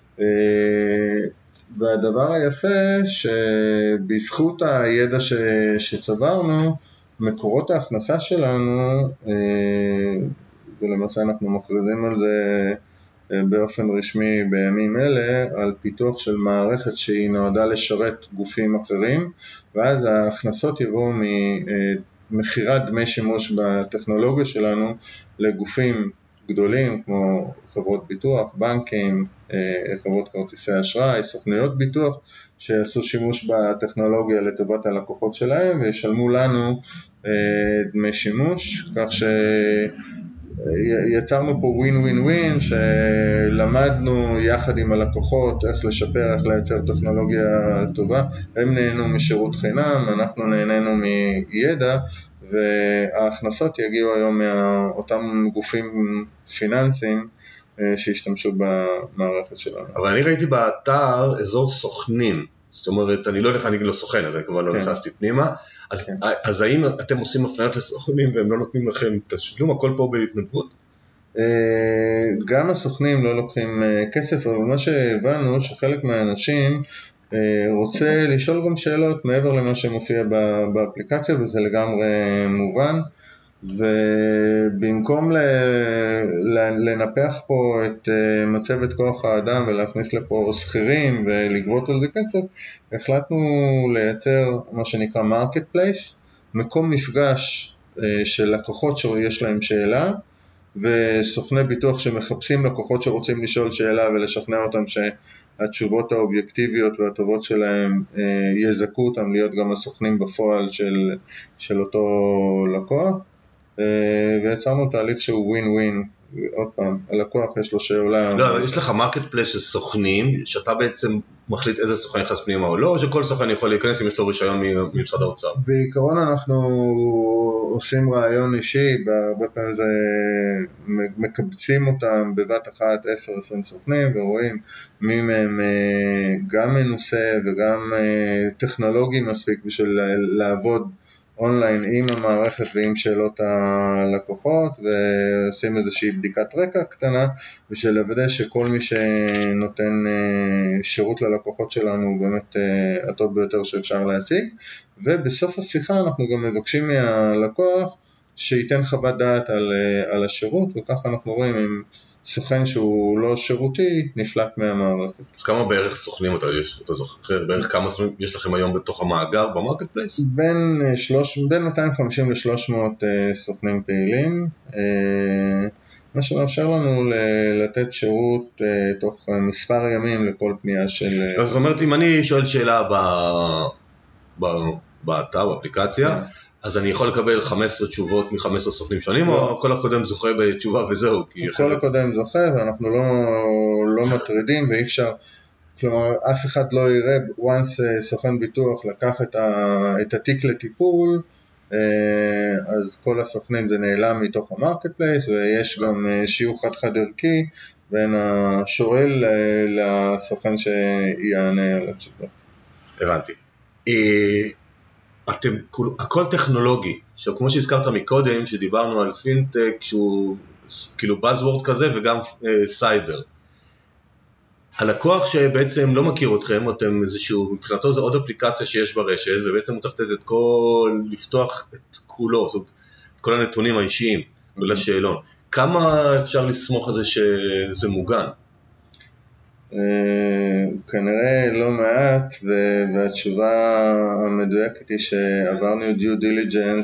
והדבר היפה שבזכות הידע שצברנו, מקורות ההכנסה שלנו, ולמעשה אנחנו מכריזים על זה באופן רשמי בימים אלה, על פיתוח של מערכת שהיא נועדה לשרת גופים אחרים, ואז ההכנסות יבואו ממחירת דמי שימוש בטכנולוגיה שלנו לגופים גדולים כמו חברות ביטוח, בנקים, חברות כרטיסי אשראי, סוכנויות ביטוח, שיעשו שימוש בטכנולוגיה לטובת הלקוחות שלהם וישלמו לנו דמי שימוש, כך שיצרנו פה ווין ווין ווין, שלמדנו יחד עם הלקוחות איך לשפר, איך לייצר טכנולוגיה טובה, הם נהנו משירות חינם, אנחנו נהנינו מידע, וההכנסות יגיעו היום מאותם גופים פיננסיים שהשתמשו במערכת שלנו. אבל אני ראיתי באתר אזור סוכנים, זאת אומרת, אני לא אגיד לו סוכן, אז אני כבר לא נכנסתי פנימה, אז האם אתם עושים הפניות לסוכנים והם לא נותנים לכם תשלום, הכל פה בהתנדבות? גם הסוכנים לא לוקחים כסף, אבל מה שהבנו שחלק מהאנשים רוצה לשאול גם שאלות מעבר למה שמופיע באפליקציה, וזה לגמרי מובן, ובמקום לנפח פה את מצבת כוח האדם ולהכניס לפה שכירים ולגבות על זה כסף, החלטנו לייצר מה שנקרא מרקט פלייס, מקום מפגש של לקוחות שיש להם שאלה, וסוכני ביטוח שמחפשים לקוחות שרוצים לשאול שאלה ולשכנע אותם שהתשובות האובייקטיביות והטובות שלהם יזכו אותם להיות גם הסוכנים בפועל של אותו לקוח, ויצרנו תהליך שהוא ווין ווין. עוד פעם, הלקוח יש לו שאלה. לא, אבל יש לך מרקט פלייס של סוכנים, שאתה בעצם מחליט איזה סוכן נכנס פנימה או לא, או שכל סוכן יכול להיכנס אם יש לו רישיון ממשרד האוצר? בעיקרון אנחנו עושים רעיון אישי, בהרבה פעמים זה מקבצים אותם בבת אחת 10-20 סוכנים, ורואים מי מהם גם מנוסה וגם טכנולוגי מספיק בשביל לעבוד אונליין עם המערכת ועם שאלות הלקוחות, ועושים איזושהי בדיקת רקע קטנה בשביל לוודא שכל מי שנותן שירות ללקוחות שלנו הוא באמת הטוב ביותר שאפשר להשיג, ובסוף השיחה אנחנו גם מבקשים מהלקוח שייתן חוות דעת על השירות, וככה אנחנו רואים אם סוכן שהוא לא שירותי נפלט מהמערכת. אז כמה בערך סוכנים אתה זוכר? בערך כמה סוכנים יש לכם היום בתוך המאגר במרקט פלייס? בין 250 ל-300 סוכנים פעילים, מה שמאפשר לנו לתת שירות תוך מספר ימים לכל פנייה של... זאת אומרת, אם אני שואל שאלה באתר, באפליקציה, אז אני יכול לקבל 15 תשובות מ-15 סוכנים שונים, או כל הקודם זוכה בתשובה וזהו? כל הקודם זוכה, ואנחנו לא מטרידים, ואי אפשר, כלומר, אף אחד לא יראה, once סוכן ביטוח לקח את התיק לטיפול, אז כל הסוכנים זה נעלם מתוך המרקט פלייס, ויש גם שיעור חד ערכי בין השואל לסוכן שיענה על התשובות. הבנתי. הכל טכנולוגי, כמו שהזכרת מקודם, שדיברנו על פינטק, שהוא כאילו buzzword כזה, וגם סייבר. הלקוח שבעצם לא מכיר אתכם, אתם איזשהו, מבחינתו זה עוד אפליקציה שיש ברשת, ובעצם הוא צריך לתת לפתוח את כולו, זאת אומרת, את כל הנתונים האישיים, ולשאלון. כמה אפשר לסמוך על זה שזה מוגן? כנראה לא מעט, והתשובה המדויקת היא שעברנו due diligence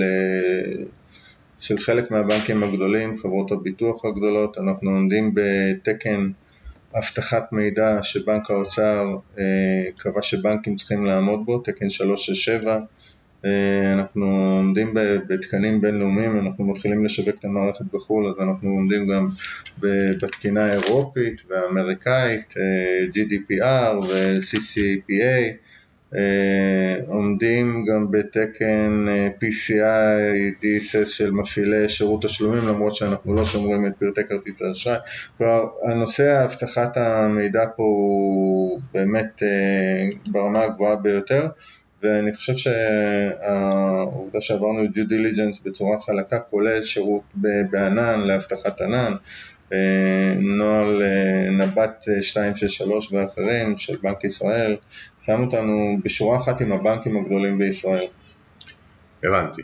של חלק מהבנקים הגדולים, חברות הביטוח הגדולות. אנחנו עומדים בתקן הבטחת מידע שבנק האוצר קבע שבנקים צריכים לעמוד בו, תקן 367. אנחנו עומדים בתקנים בינלאומיים, אנחנו מתחילים לשווק את המערכת בחו"ל, אז אנחנו עומדים גם בתקינה האירופית והאמריקאית, GDPR ו-CCPA, עומדים גם בתקן PCI DSS של מפעילי שירות תשלומים, למרות שאנחנו לא שומרים את פרטי כרטיס האשראי. כלומר, הנושא הבטחת המידע פה הוא באמת ברמה הגבוהה ביותר, ואני חושב שהעובדה שעברנו due diligence בצורה חלקה, כולל שירות בענן להבטחת ענן, נוהל נבט 263 ואחרים של בנק ישראל, שמו אותנו בשורה אחת עם הבנקים הגדולים בישראל. הבנתי.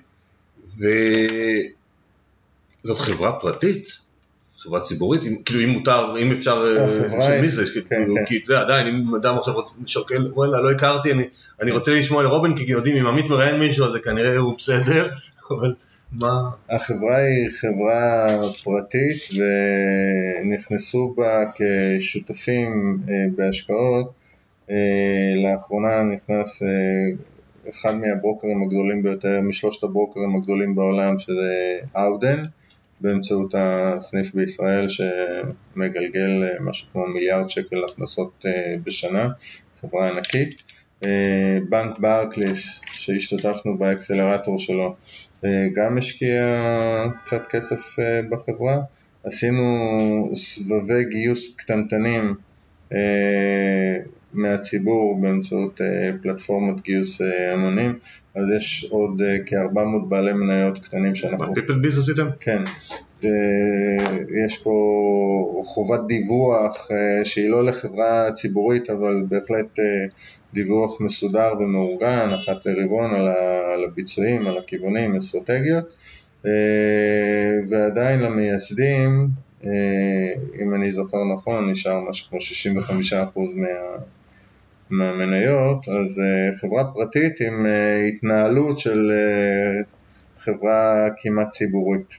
וזאת חברה פרטית? חברה ציבורית? כאילו אם מותר, אם אפשר, של מי זה? כי זה עדיין, אם אדם עכשיו שוקל, וואלה, לא הכרתי, אני רוצה לשמוע לרובן, כי יודעים, אם עמית מראיין מישהו, אז זה כנראה הוא בסדר, אבל מה? החברה היא חברה פרטית, ונכנסו בה כשותפים בהשקעות. לאחרונה נכנס אחד מהברוקרים הגדולים ביותר, משלושת הברוקרים הגדולים בעולם, שזה אאודן, באמצעות הסניף בישראל שמגלגל משהו כמו מיליארד שקל הכנסות בשנה, חברה ענקית. בנק ברקליס שהשתתפנו באקסלרטור שלו גם השקיע קצת כסף בחברה. עשינו סבבי גיוס קטנטנים מהציבור באמצעות פלטפורמות גיוס המונים, אז יש עוד כ-400 בעלי מניות קטנים שאנחנו... פיפל ביז עשיתם? כן, יש פה חובת דיווח שהיא לא לחברה ציבורית, אבל בהחלט דיווח מסודר ומאורגן, אחת לרבעון על הביצועים, על הכיוונים, אסטרטגיות, ועדיין למייסדים, אם אני זוכר נכון, נשאר משהו כמו 65% מהמניות, אז חברה פרטית עם התנהלות של חברה כמעט ציבורית.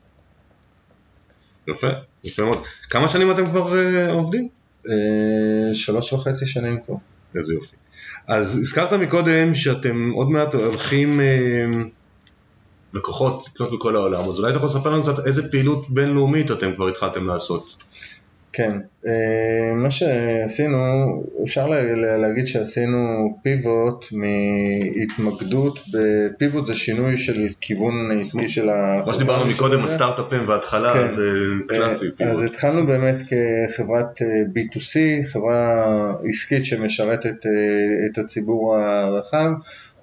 יפה, יפה מאוד. כמה שנים אתם כבר עובדים? 3.5 שנים כבר. איזה יופי. אז הזכרת מקודם שאתם עוד מעט הולכים לקוחות לקנות בכל העולם, אז אולי אתה יכול לספר לנו קצת איזה פעילות בינלאומית אתם כבר התחלתם לעשות? כן, מה שעשינו, אפשר להגיד שעשינו פיבוט מהתמקדות, פיבוט זה שינוי של כיוון עסקי של החברה. מה שדיברנו מקודם, הסטארט-אפים וההתחלה, זה קלאסי. אז התחלנו באמת כחברת B2C, חברה עסקית שמשרתת את הציבור הרחב,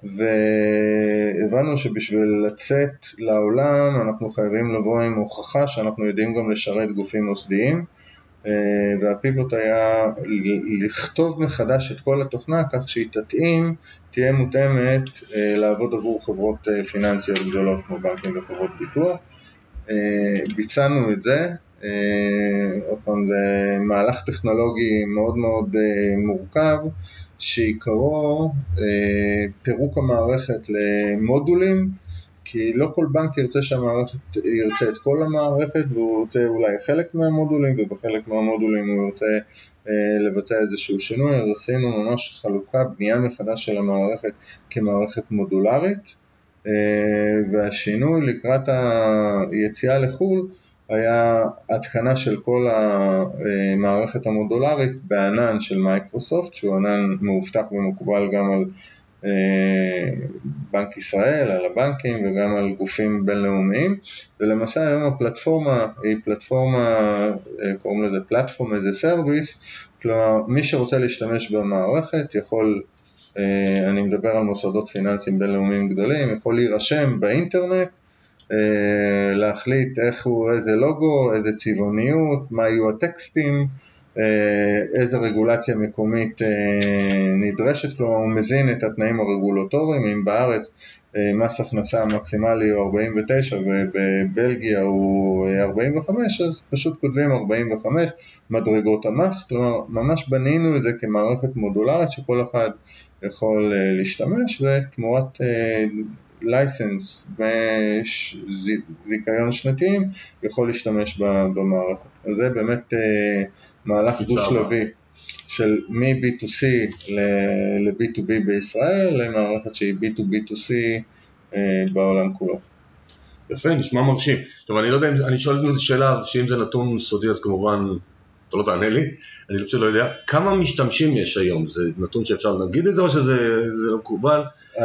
והבנו שבשביל לצאת לעולם אנחנו חייבים לבוא עם הוכחה שאנחנו יודעים גם לשרת גופים מוסדיים, והפיבוט היה לכתוב מחדש את כל התוכנה כך שהיא תתאים, תהיה מותאמת לעבוד עבור חברות פיננסיות גדולות כמו בנקים וחברות ביטוח. ביצענו את זה, עוד פעם זה מהלך טכנולוגי מאוד מאוד מורכב, שעיקרו פירוק המערכת למודולים, כי לא כל בנק ירצה שהמערכת ירצה את כל המערכת, והוא ירצה אולי חלק מהמודולים, ובחלק מהמודולים הוא ירצה לבצע איזשהו שינוי. אז עשינו ממש חלוקה, בנייה מחדש של המערכת כמערכת מודולרית, והשינוי לקראת היציאה לחול היה התקנה של כל המערכת המודולרית בענן של מייקרוסופט, שהוא ענן מאובטח ומקובל גם על בנק ישראל, על הבנקים וגם על גופים בינלאומיים. ולמעשה היום הפלטפורמה היא פלטפורמה, קוראים לזה פלטפורם as a service, כלומר מי שרוצה להשתמש במערכת יכול, אני מדבר על מוסדות פיננסיים בינלאומיים גדולים, יכול להירשם באינטרנט, להחליט איך הוא, איזה לוגו, איזה צבעוניות, מה יהיו הטקסטים, איזה רגולציה מקומית נדרשת, כלומר הוא מזין את התנאים הרגולטוריים. אם בארץ מס הכנסה מקסימלי הוא 49 ובבלגיה הוא 45, אז פשוט כותבים 45 מדרגות המס, כלומר ממש בנינו את זה כמערכת מודולרית שכל אחד יכול להשתמש, ותמורת לייסנס זיכיון שנתיים יכול להשתמש במערכת. אז זה באמת מהלך דו שלבי של מ-B2C ל-B2B בישראל למערכת שהיא B2B2C בעולם כולו. יפה, נשמע מרשים. טוב, אני לא יודע אם אני שואל את זה שאלה, שאם זה נתון סודי אז כמובן אתה לא תענה לי, אני פשוט לא יודע, כמה משתמשים יש היום? זה נתון שאפשר להגיד את זה או שזה לא מקובל?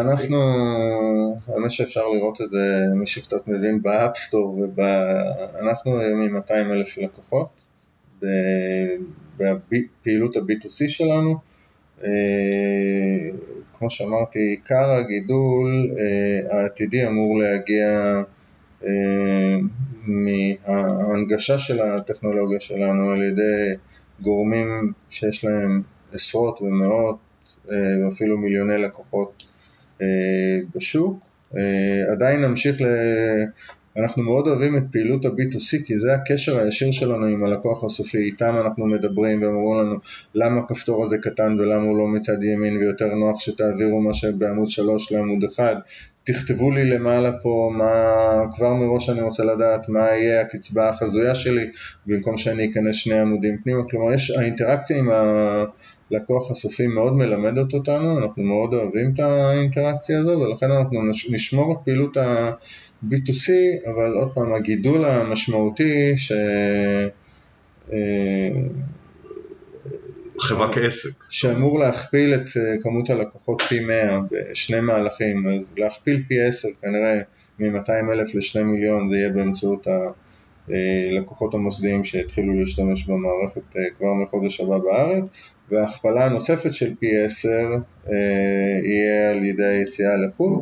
האמת שאפשר לראות את זה, מי שקצת מבין באפסטור, אנחנו היום עם 200,000 לקוחות, בפעילות ה-B2C שלנו, כמו שאמרתי, עיקר הגידול העתידי אמור להגיע מההנגשה של הטכנולוגיה שלנו על ידי גורמים שיש להם עשרות ומאות ואפילו מיליוני לקוחות בשוק. עדיין נמשיך אנחנו מאוד אוהבים את פעילות ה-B2C כי זה הקשר הישיר שלנו עם הלקוח הסופי, איתם אנחנו מדברים והם אומרים לנו למה הכפתור הזה קטן ולמה הוא לא מצד ימין ויותר נוח שתעבירו מה שבעמוד 3 לעמוד 1, תכתבו לי למעלה פה כבר מראש אני רוצה לדעת מה יהיה הקצבה החזויה שלי במקום שאני אכנס 2 עמודים פנימה, כלומר האינטראקציה עם הלקוח הסופי מאוד מלמדת אותנו, אנחנו מאוד אוהבים את האינטראקציה הזו ולכן אנחנו נשמור את פעילות B2C, אבל עוד פעם, הגידול המשמעותי חברה כעסק. שאמור להכפיל את כמות הלקוחות פי 100 בשני מהלכים, אז להכפיל פי 10 כנראה מ-200,000 ל2 מיליון זה יהיה באמצעות הלקוחות המוסדיים שהתחילו להשתמש במערכת כבר מחודש הבא בארץ, וההכפלה הנוספת של פי 10 יהיה על ידי יציאה לחו"ל,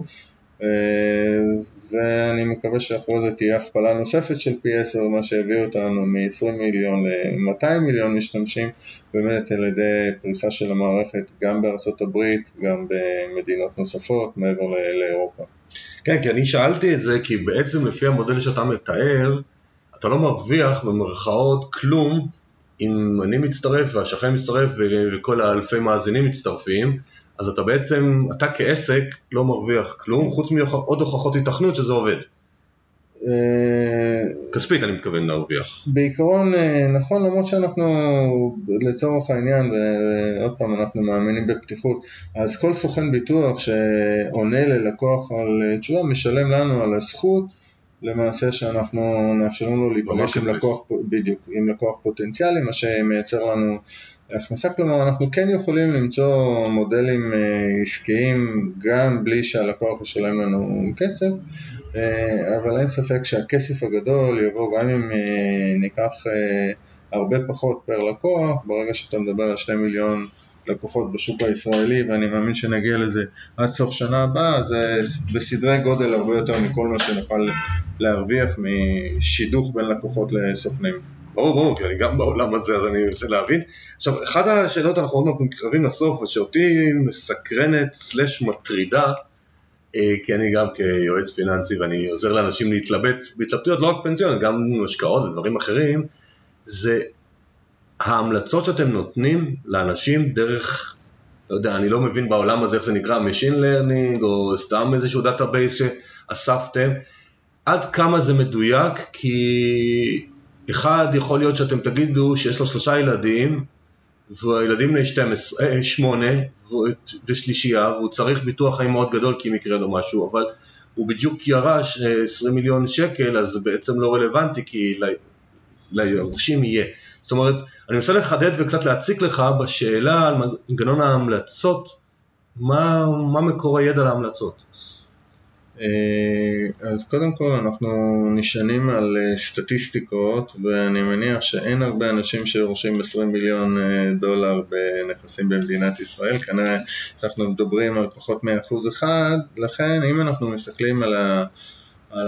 ואני מקווה שאחרי זה תהיה הכפלה נוספת של פי 10, מה שהביא אותנו מ-20 מיליון ל-200 מיליון משתמשים, באמת על ידי פריסה של המערכת גם בארצות הברית, גם במדינות נוספות מעבר לאירופה. כן, כי אני שאלתי את זה, כי בעצם לפי המודל שאתה מתאר, אתה לא מרוויח במרכאות כלום, אם אני מצטרף והשכן מצטרף וכל האלפי מאזינים מצטרפים, אז אתה בעצם, אתה כעסק לא מרוויח כלום, חוץ מעוד הוכחות התכנות שזה עובד. כספית אני מתכוון להרוויח. בעיקרון, נכון, למרות שאנחנו לצורך העניין, ועוד פעם אנחנו מאמינים בפתיחות, אז כל סוכן ביטוח שעונה ללקוח על תשובה, משלם לנו על הזכות, למעשה שאנחנו נאפשרים לו להיפגש עם לקוח, בדיוק, עם לקוח פוטנציאלי, מה שמייצר לנו הכנסה, כלומר אנחנו כן יכולים למצוא מודלים עסקיים גם בלי שהלקוח ישלם לנו כסף, אבל אין ספק שהכסף הגדול יבוא גם אם ניקח הרבה פחות פר לקוח, ברגע שאתה מדבר על 2 מיליון לקוחות בשוק הישראלי, ואני מאמין שנגיע לזה עד סוף שנה הבאה, זה בסדרי גודל הרבה יותר מכל מה שנוכל להרוויח משידוך בין לקוחות לסוכנים. ברור, כי אני גם בעולם הזה, אז אני רוצה להבין. עכשיו, אחת השאלות אנחנו עוד מעט מתקרבים לסוף, שאותי מסקרנת / מטרידה, כי אני גם כיועץ פיננסי, ואני עוזר לאנשים להתלבט, בהתלבטויות לא רק פנסיוניות, גם השקעות ודברים אחרים, זה ההמלצות שאתם נותנים לאנשים דרך, לא יודע, אני לא מבין בעולם הזה איך זה נקרא, Machine Learning, או סתם איזשהו דאטאבייס שאספתם, עד כמה זה מדויק, כי אחד יכול להיות שאתם תגידו שיש לו 3 ילדים, והילדים בני 8 ושלישייה, והוא צריך ביטוח חיים מאוד גדול כי אם יקרה לו משהו, אבל הוא בדיוק ירש 20 מיליון שקל, אז זה בעצם לא רלוונטי, כי ליורשים יהיה. זאת אומרת, אני מנסה לחדד וקצת להציק לך בשאלה על מנגנון ההמלצות, מה מקור הידע להמלצות? אז קודם כל אנחנו נשענים על סטטיסטיקות, ואני מניח שאין הרבה אנשים שרושמים 20 מיליון דולר בנכסים במדינת ישראל, כנראה אנחנו מדברים על פחות מ1%, לכן אם אנחנו מסתכלים על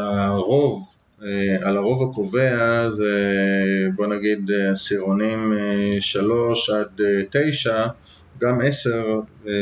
הרוב הקובע, זה בוא נגיד עשירונים 3 עד 9, גם 10,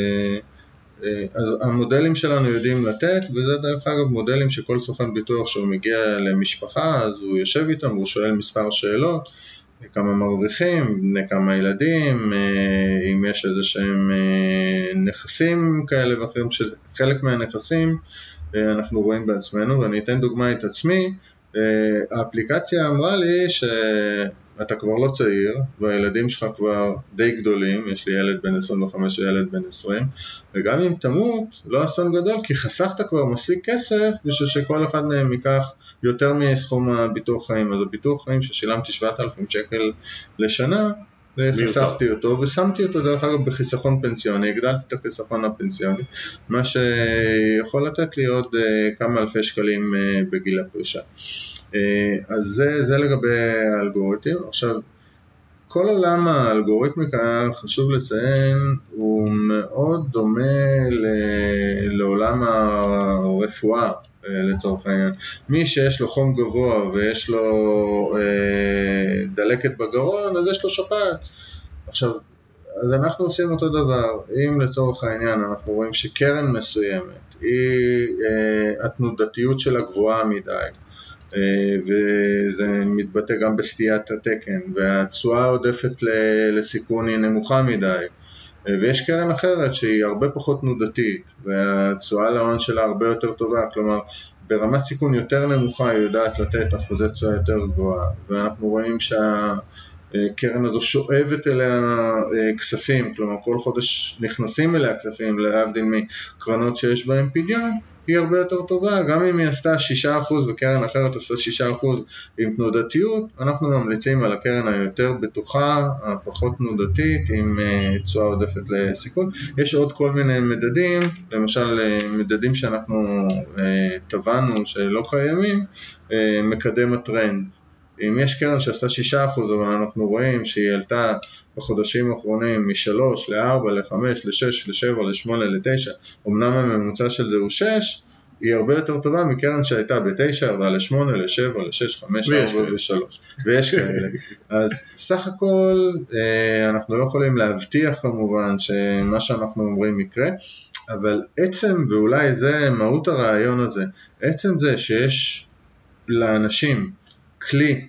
אז המודלים שלנו יודעים לתת, וזה דרך אגב מודלים שכל סוכן ביטוח שהוא מגיע למשפחה, אז הוא יושב איתם והוא שואל מספר שאלות, כמה מרוויחים, כמה ילדים, אם יש איזה שהם נכסים כאלה ואחרים, שחלק מהנכסים אנחנו רואים בעצמנו, ואני אתן דוגמה את עצמי, האפליקציה אמרה לי אתה כבר לא צעיר, והילדים שלך כבר די גדולים, יש לי ילד בן 25 וילד בן 20, וגם אם תמות, לא אסון גדול, כי חסכת כבר מספיק כסף, בשביל שכל אחד מהם ייקח יותר מסכום הביטוח חיים. אז הביטוח חיים ששילמתי 7,000 שקל לשנה, חסכתי אותו ושמתי אותו דרך אגב בחיסכון פנסיוני, הגדלתי את החיסכון הפנסיוני, מה שיכול לתת לי עוד כמה אלפי שקלים בגיל הפרישה. אז זה לגבי האלגוריתם. עכשיו, כל עולם האלגוריתמיקה, חשוב לציין, הוא מאוד דומה לעולם הרפואה, לצורך העניין. מי שיש לו חום גבוה ויש לו דלקת בגרון, אז יש לו שפעת. עכשיו, אז אנחנו עושים אותו דבר. אם לצורך העניין אנחנו רואים שקרן מסוימת, התנודתיות שלה גבוהה מדי, וזה מתבטא גם בסטיית התקן, והתשואה העודפת לסיכון היא נמוכה מדי, ויש קרן אחרת שהיא הרבה פחות תנודתית, והתשואה להון שלה הרבה יותר טובה, כלומר ברמת סיכון יותר נמוכה היא יודעת לתת אחוזי תשואה יותר גבוהה, ואנחנו רואים שהקרן הזו שואבת אליה כספים, כלומר כל חודש נכנסים אליה כספים, להבדיל מקרנות שיש בהן פדיון, היא הרבה יותר טובה. גם אם היא עשתה 6% וקרן אחרת עשתה 6% עם תנודתיות, אנחנו ממליצים על הקרן היותר בטוחה, הפחות תנודתית, עם תשואה עודפת לסיכון. יש עוד כל מיני מדדים, למשל מדדים שאנחנו טבענו שלא קיימים, מקדם הטרנד. אם יש קרן שעשתה 6%, אבל אנחנו רואים שהיא עלתה בחודשים האחרונים מ-3 ל-4, ל-5, ל-6, ל-7, ל-8, ל-9, אמנם הממוצע של זה הוא 6, היא הרבה יותר טובה מקרן שהייתה ב-9, אבל ל-8, ל-7, ל-6, 5, 4 ו-3. ויש כאלה. אז סך הכל אנחנו לא יכולים להבטיח כמובן שמה שאנחנו אומרים יקרה, אבל עצם, ואולי זה מהות הרעיון הזה, עצם זה שיש לאנשים כלי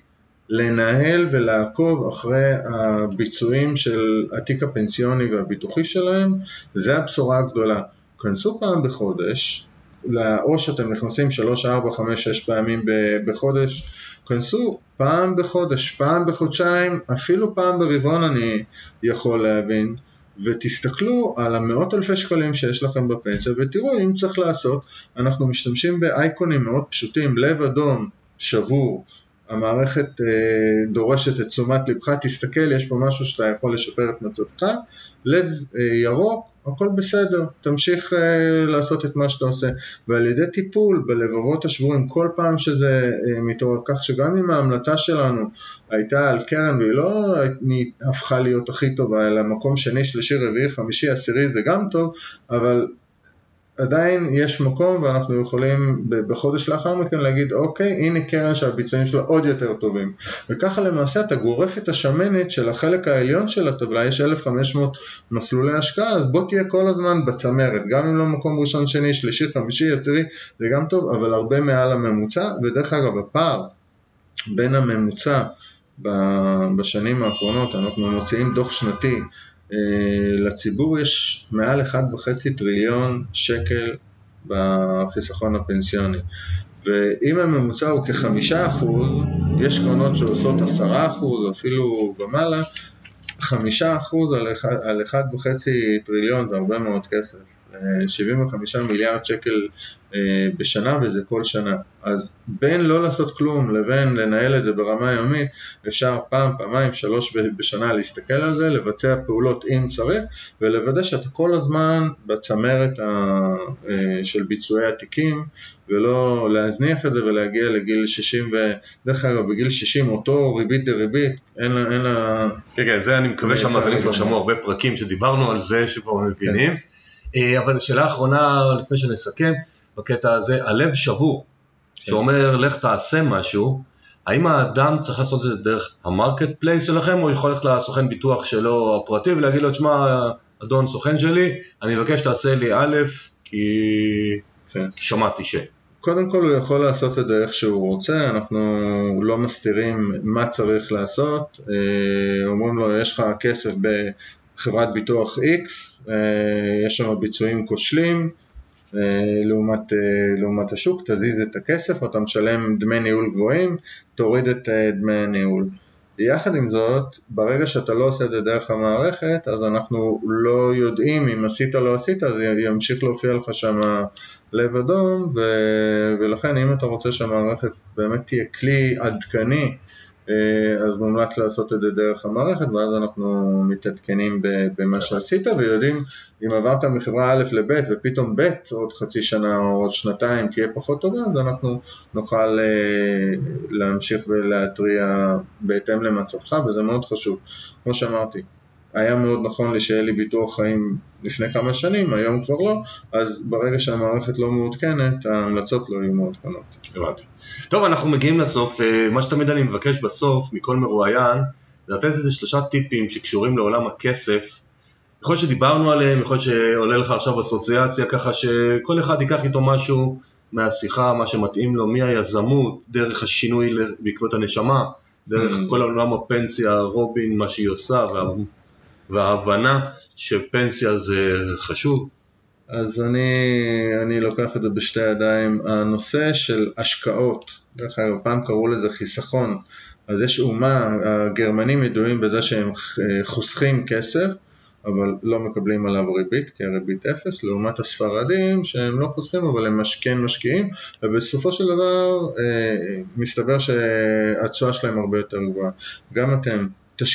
לנהל ולעקוב אחרי הביצועים של התיק הפנסיוני והביטוחי שלהם, זה הבשורה הגדולה. כנסו פעם בחודש, או שאתם נכנסים 3, 4, 5, 6 פעמים בחודש, כנסו פעם בחודש, פעם בחודשיים, אפילו פעם ברבעון אני יכול להבין, ותסתכלו על המאות אלפי שקלים שיש לכם בפנסיה, ותראו אם צריך לעשות. אנחנו משתמשים באייקונים מאוד פשוטים, לב אדום, שבור, המערכת דורשת את תשומת לבך, תסתכל, יש פה משהו שאתה יכול לשפר את מצבך, לב ירוק, הכל בסדר, תמשיך לעשות את מה שאתה עושה, ועל ידי טיפול בלבבות השבורים, כל פעם שזה מתעורר, כך שגם אם ההמלצה שלנו הייתה על קרן, והיא לא הפכה להיות הכי טובה, אלא מקום שני, שלישי, רביעי, חמישי, עשירי, זה גם טוב, אבל עדיין יש מקום, ואנחנו יכולים בחודש לאחר מכן להגיד, אוקיי, הנה קרן שהביצועים שלה עוד יותר טובים. וככה למעשה אתה גורף את השמנת של החלק העליון של הטבלה, יש 1,500 מסלולי השקעה, אז בוא תהיה כל הזמן בצמרת, גם אם לא מקום ראשון, שני, שלישי, חמישי, עשירי, זה גם טוב, אבל הרבה מעל הממוצע. ודרך אגב, הפער בין הממוצע בשנים האחרונות, אנחנו מוציאים דוח שנתי, לציבור יש מעל 1.5 טריליון שקל בחיסכון הפנסיוני, ואם הממוצע הוא כ5%, יש קרנות שעושות 10% אפילו ומעלה, 5% על 1.5 טריליון זה הרבה מאוד כסף, 75 מיליארד שקל בשנה, וזה כל שנה. אז בין לא לעשות כלום לבין לנהל את זה ברמה יומית, אפשר פעם, פעמיים, 3 בשנה להסתכל על זה, לבצע פעולות אם צריך, ולוודא שאתה כל הזמן בצמרת של ביצועי התיקים, ולא להזניח את זה ולהגיע לגיל 60, ודרך אגב בגיל 60 אותו ריבית דריבית, אין לה... כן, זה אני מקווה שהמאזינים כבר שמעו הרבה פרקים שדיברנו על זה שכבר מבינים. אבל שאלה האחרונה לפני שנסכם, בקטע הזה, הלב שבור, שאומר לך תעשה משהו, האם האדם צריך לעשות את זה דרך המרקט פלייס שלכם, או יכול ללכת לסוכן ביטוח שלו הפרטי ולהגיד לו, תשמע אדון סוכן שלי, אני מבקש תעשה לי א', כי שמעתי ש... קודם כל הוא יכול לעשות את זה איך שהוא רוצה, אנחנו לא מסתירים מה צריך לעשות, אומרים לו יש לך כסף בחברת ביטוח X, יש שם ביצועים כושלים, לעומת השוק, תזיז את הכסף, אתה משלם דמי ניהול גבוהים, תוריד את דמי הניהול. יחד עם זאת, ברגע שאתה לא עושה את זה דרך המערכת, אז אנחנו לא יודעים אם עשית או לא עשית, אז ימשיך להופיע לך שם לב אדום, ולכן אם אתה רוצה שהמערכת באמת תהיה כלי עדכני, אז מומלץ לעשות את זה דרך המערכת, ואז אנחנו מתעדכנים במה שעשית, ויודעים אם עברת מחברה א' לב' ופתאום ב' עוד חצי שנה או עוד שנתיים תהיה פחות טובה, אז אנחנו נוכל להמשיך ולהטריע בהתאם למצבך, וזה מאוד חשוב. כמו שאמרתי, היה מאוד נכון לי שיהיה לי ביטוח חיים לפני כמה שנים, היום כבר לא, אז ברגע שהמערכת לא מעודכנת, ההמלצות לא יהיו מעודכנות. הבנתי. טוב, אנחנו מגיעים לסוף. מה שתמיד אני מבקש בסוף מכל מרואיין, זה לתת איזה 3 טיפים שקשורים לעולם הכסף. יכול שדיברנו עליהם, יכול שעולה לך עכשיו אסוציאציה, ככה שכל אחד ייקח איתו משהו מהשיחה, מה שמתאים לו, מהיזמות, דרך השינוי בעקבות הנשמה, דרך כל עולם הפנסיה, רובין, מה שהיא עושה, וההבנה שפנסיה זה חשוב. אז אני לוקח את זה בשתי ידיים. הנושא של השקעות, דרך אגב, פעם קראו לזה חיסכון, אז יש אומה, הגרמנים ידועים בזה שהם חוסכים כסף, אבל לא מקבלים עליו ריבית, כי הריבית 0, לעומת הספרדים שהם לא חוסכים, אבל הם משקיעים, ובסופו של דבר מסתבר שהתשואה שלהם הרבה יותר גבוהה. גם אתם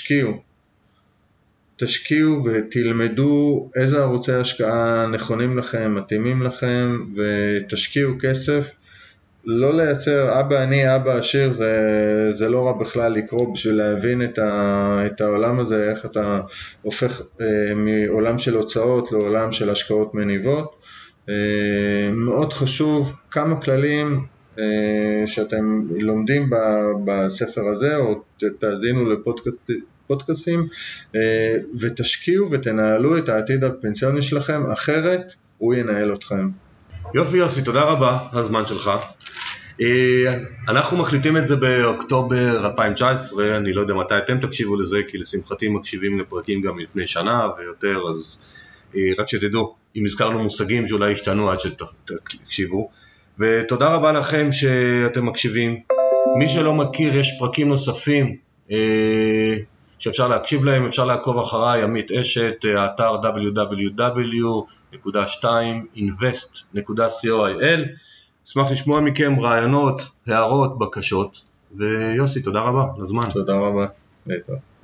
תשקיעו ותלמדו איזה ערוצי השקעה נכונים לכם, מתאימים לכם, ותשקיעו כסף. לא לייצר אבא אני, אבא עשיר, זה לא רע בכלל לקרוא בשביל להבין את העולם הזה, איך אתה הופך מעולם של הוצאות לעולם של השקעות מניבות. מאוד חשוב כמה כללים שאתם לומדים בספר הזה, או תאזינו לפודקאסים, ותשקיעו ותנהלו את העתיד הפנסיוני שלכם, אחרת הוא ינהל אתכם. יופי, תודה רבה, הזמן שלך. אנחנו מקליטים את זה באוקטובר 2019, אני לא יודע מתי אתם תקשיבו לזה, כי לשמחתי מקשיבים לפרקים גם לפני שנה ויותר, אז רק שתדעו, אם הזכרנו מושגים שאולי השתנו עד שתקשיבו, ותודה רבה לכם שאתם מקשיבים. מי שלא מכיר, יש פרקים נוספים שאפשר להקשיב להם, אפשר לעקוב אחריי, עמית אשת, האתר www.2invest.co.il. אשמח לשמוע מכם רעיונות, הערות, בקשות, ויוסי, תודה רבה, לזמן. תודה רבה. להתראות.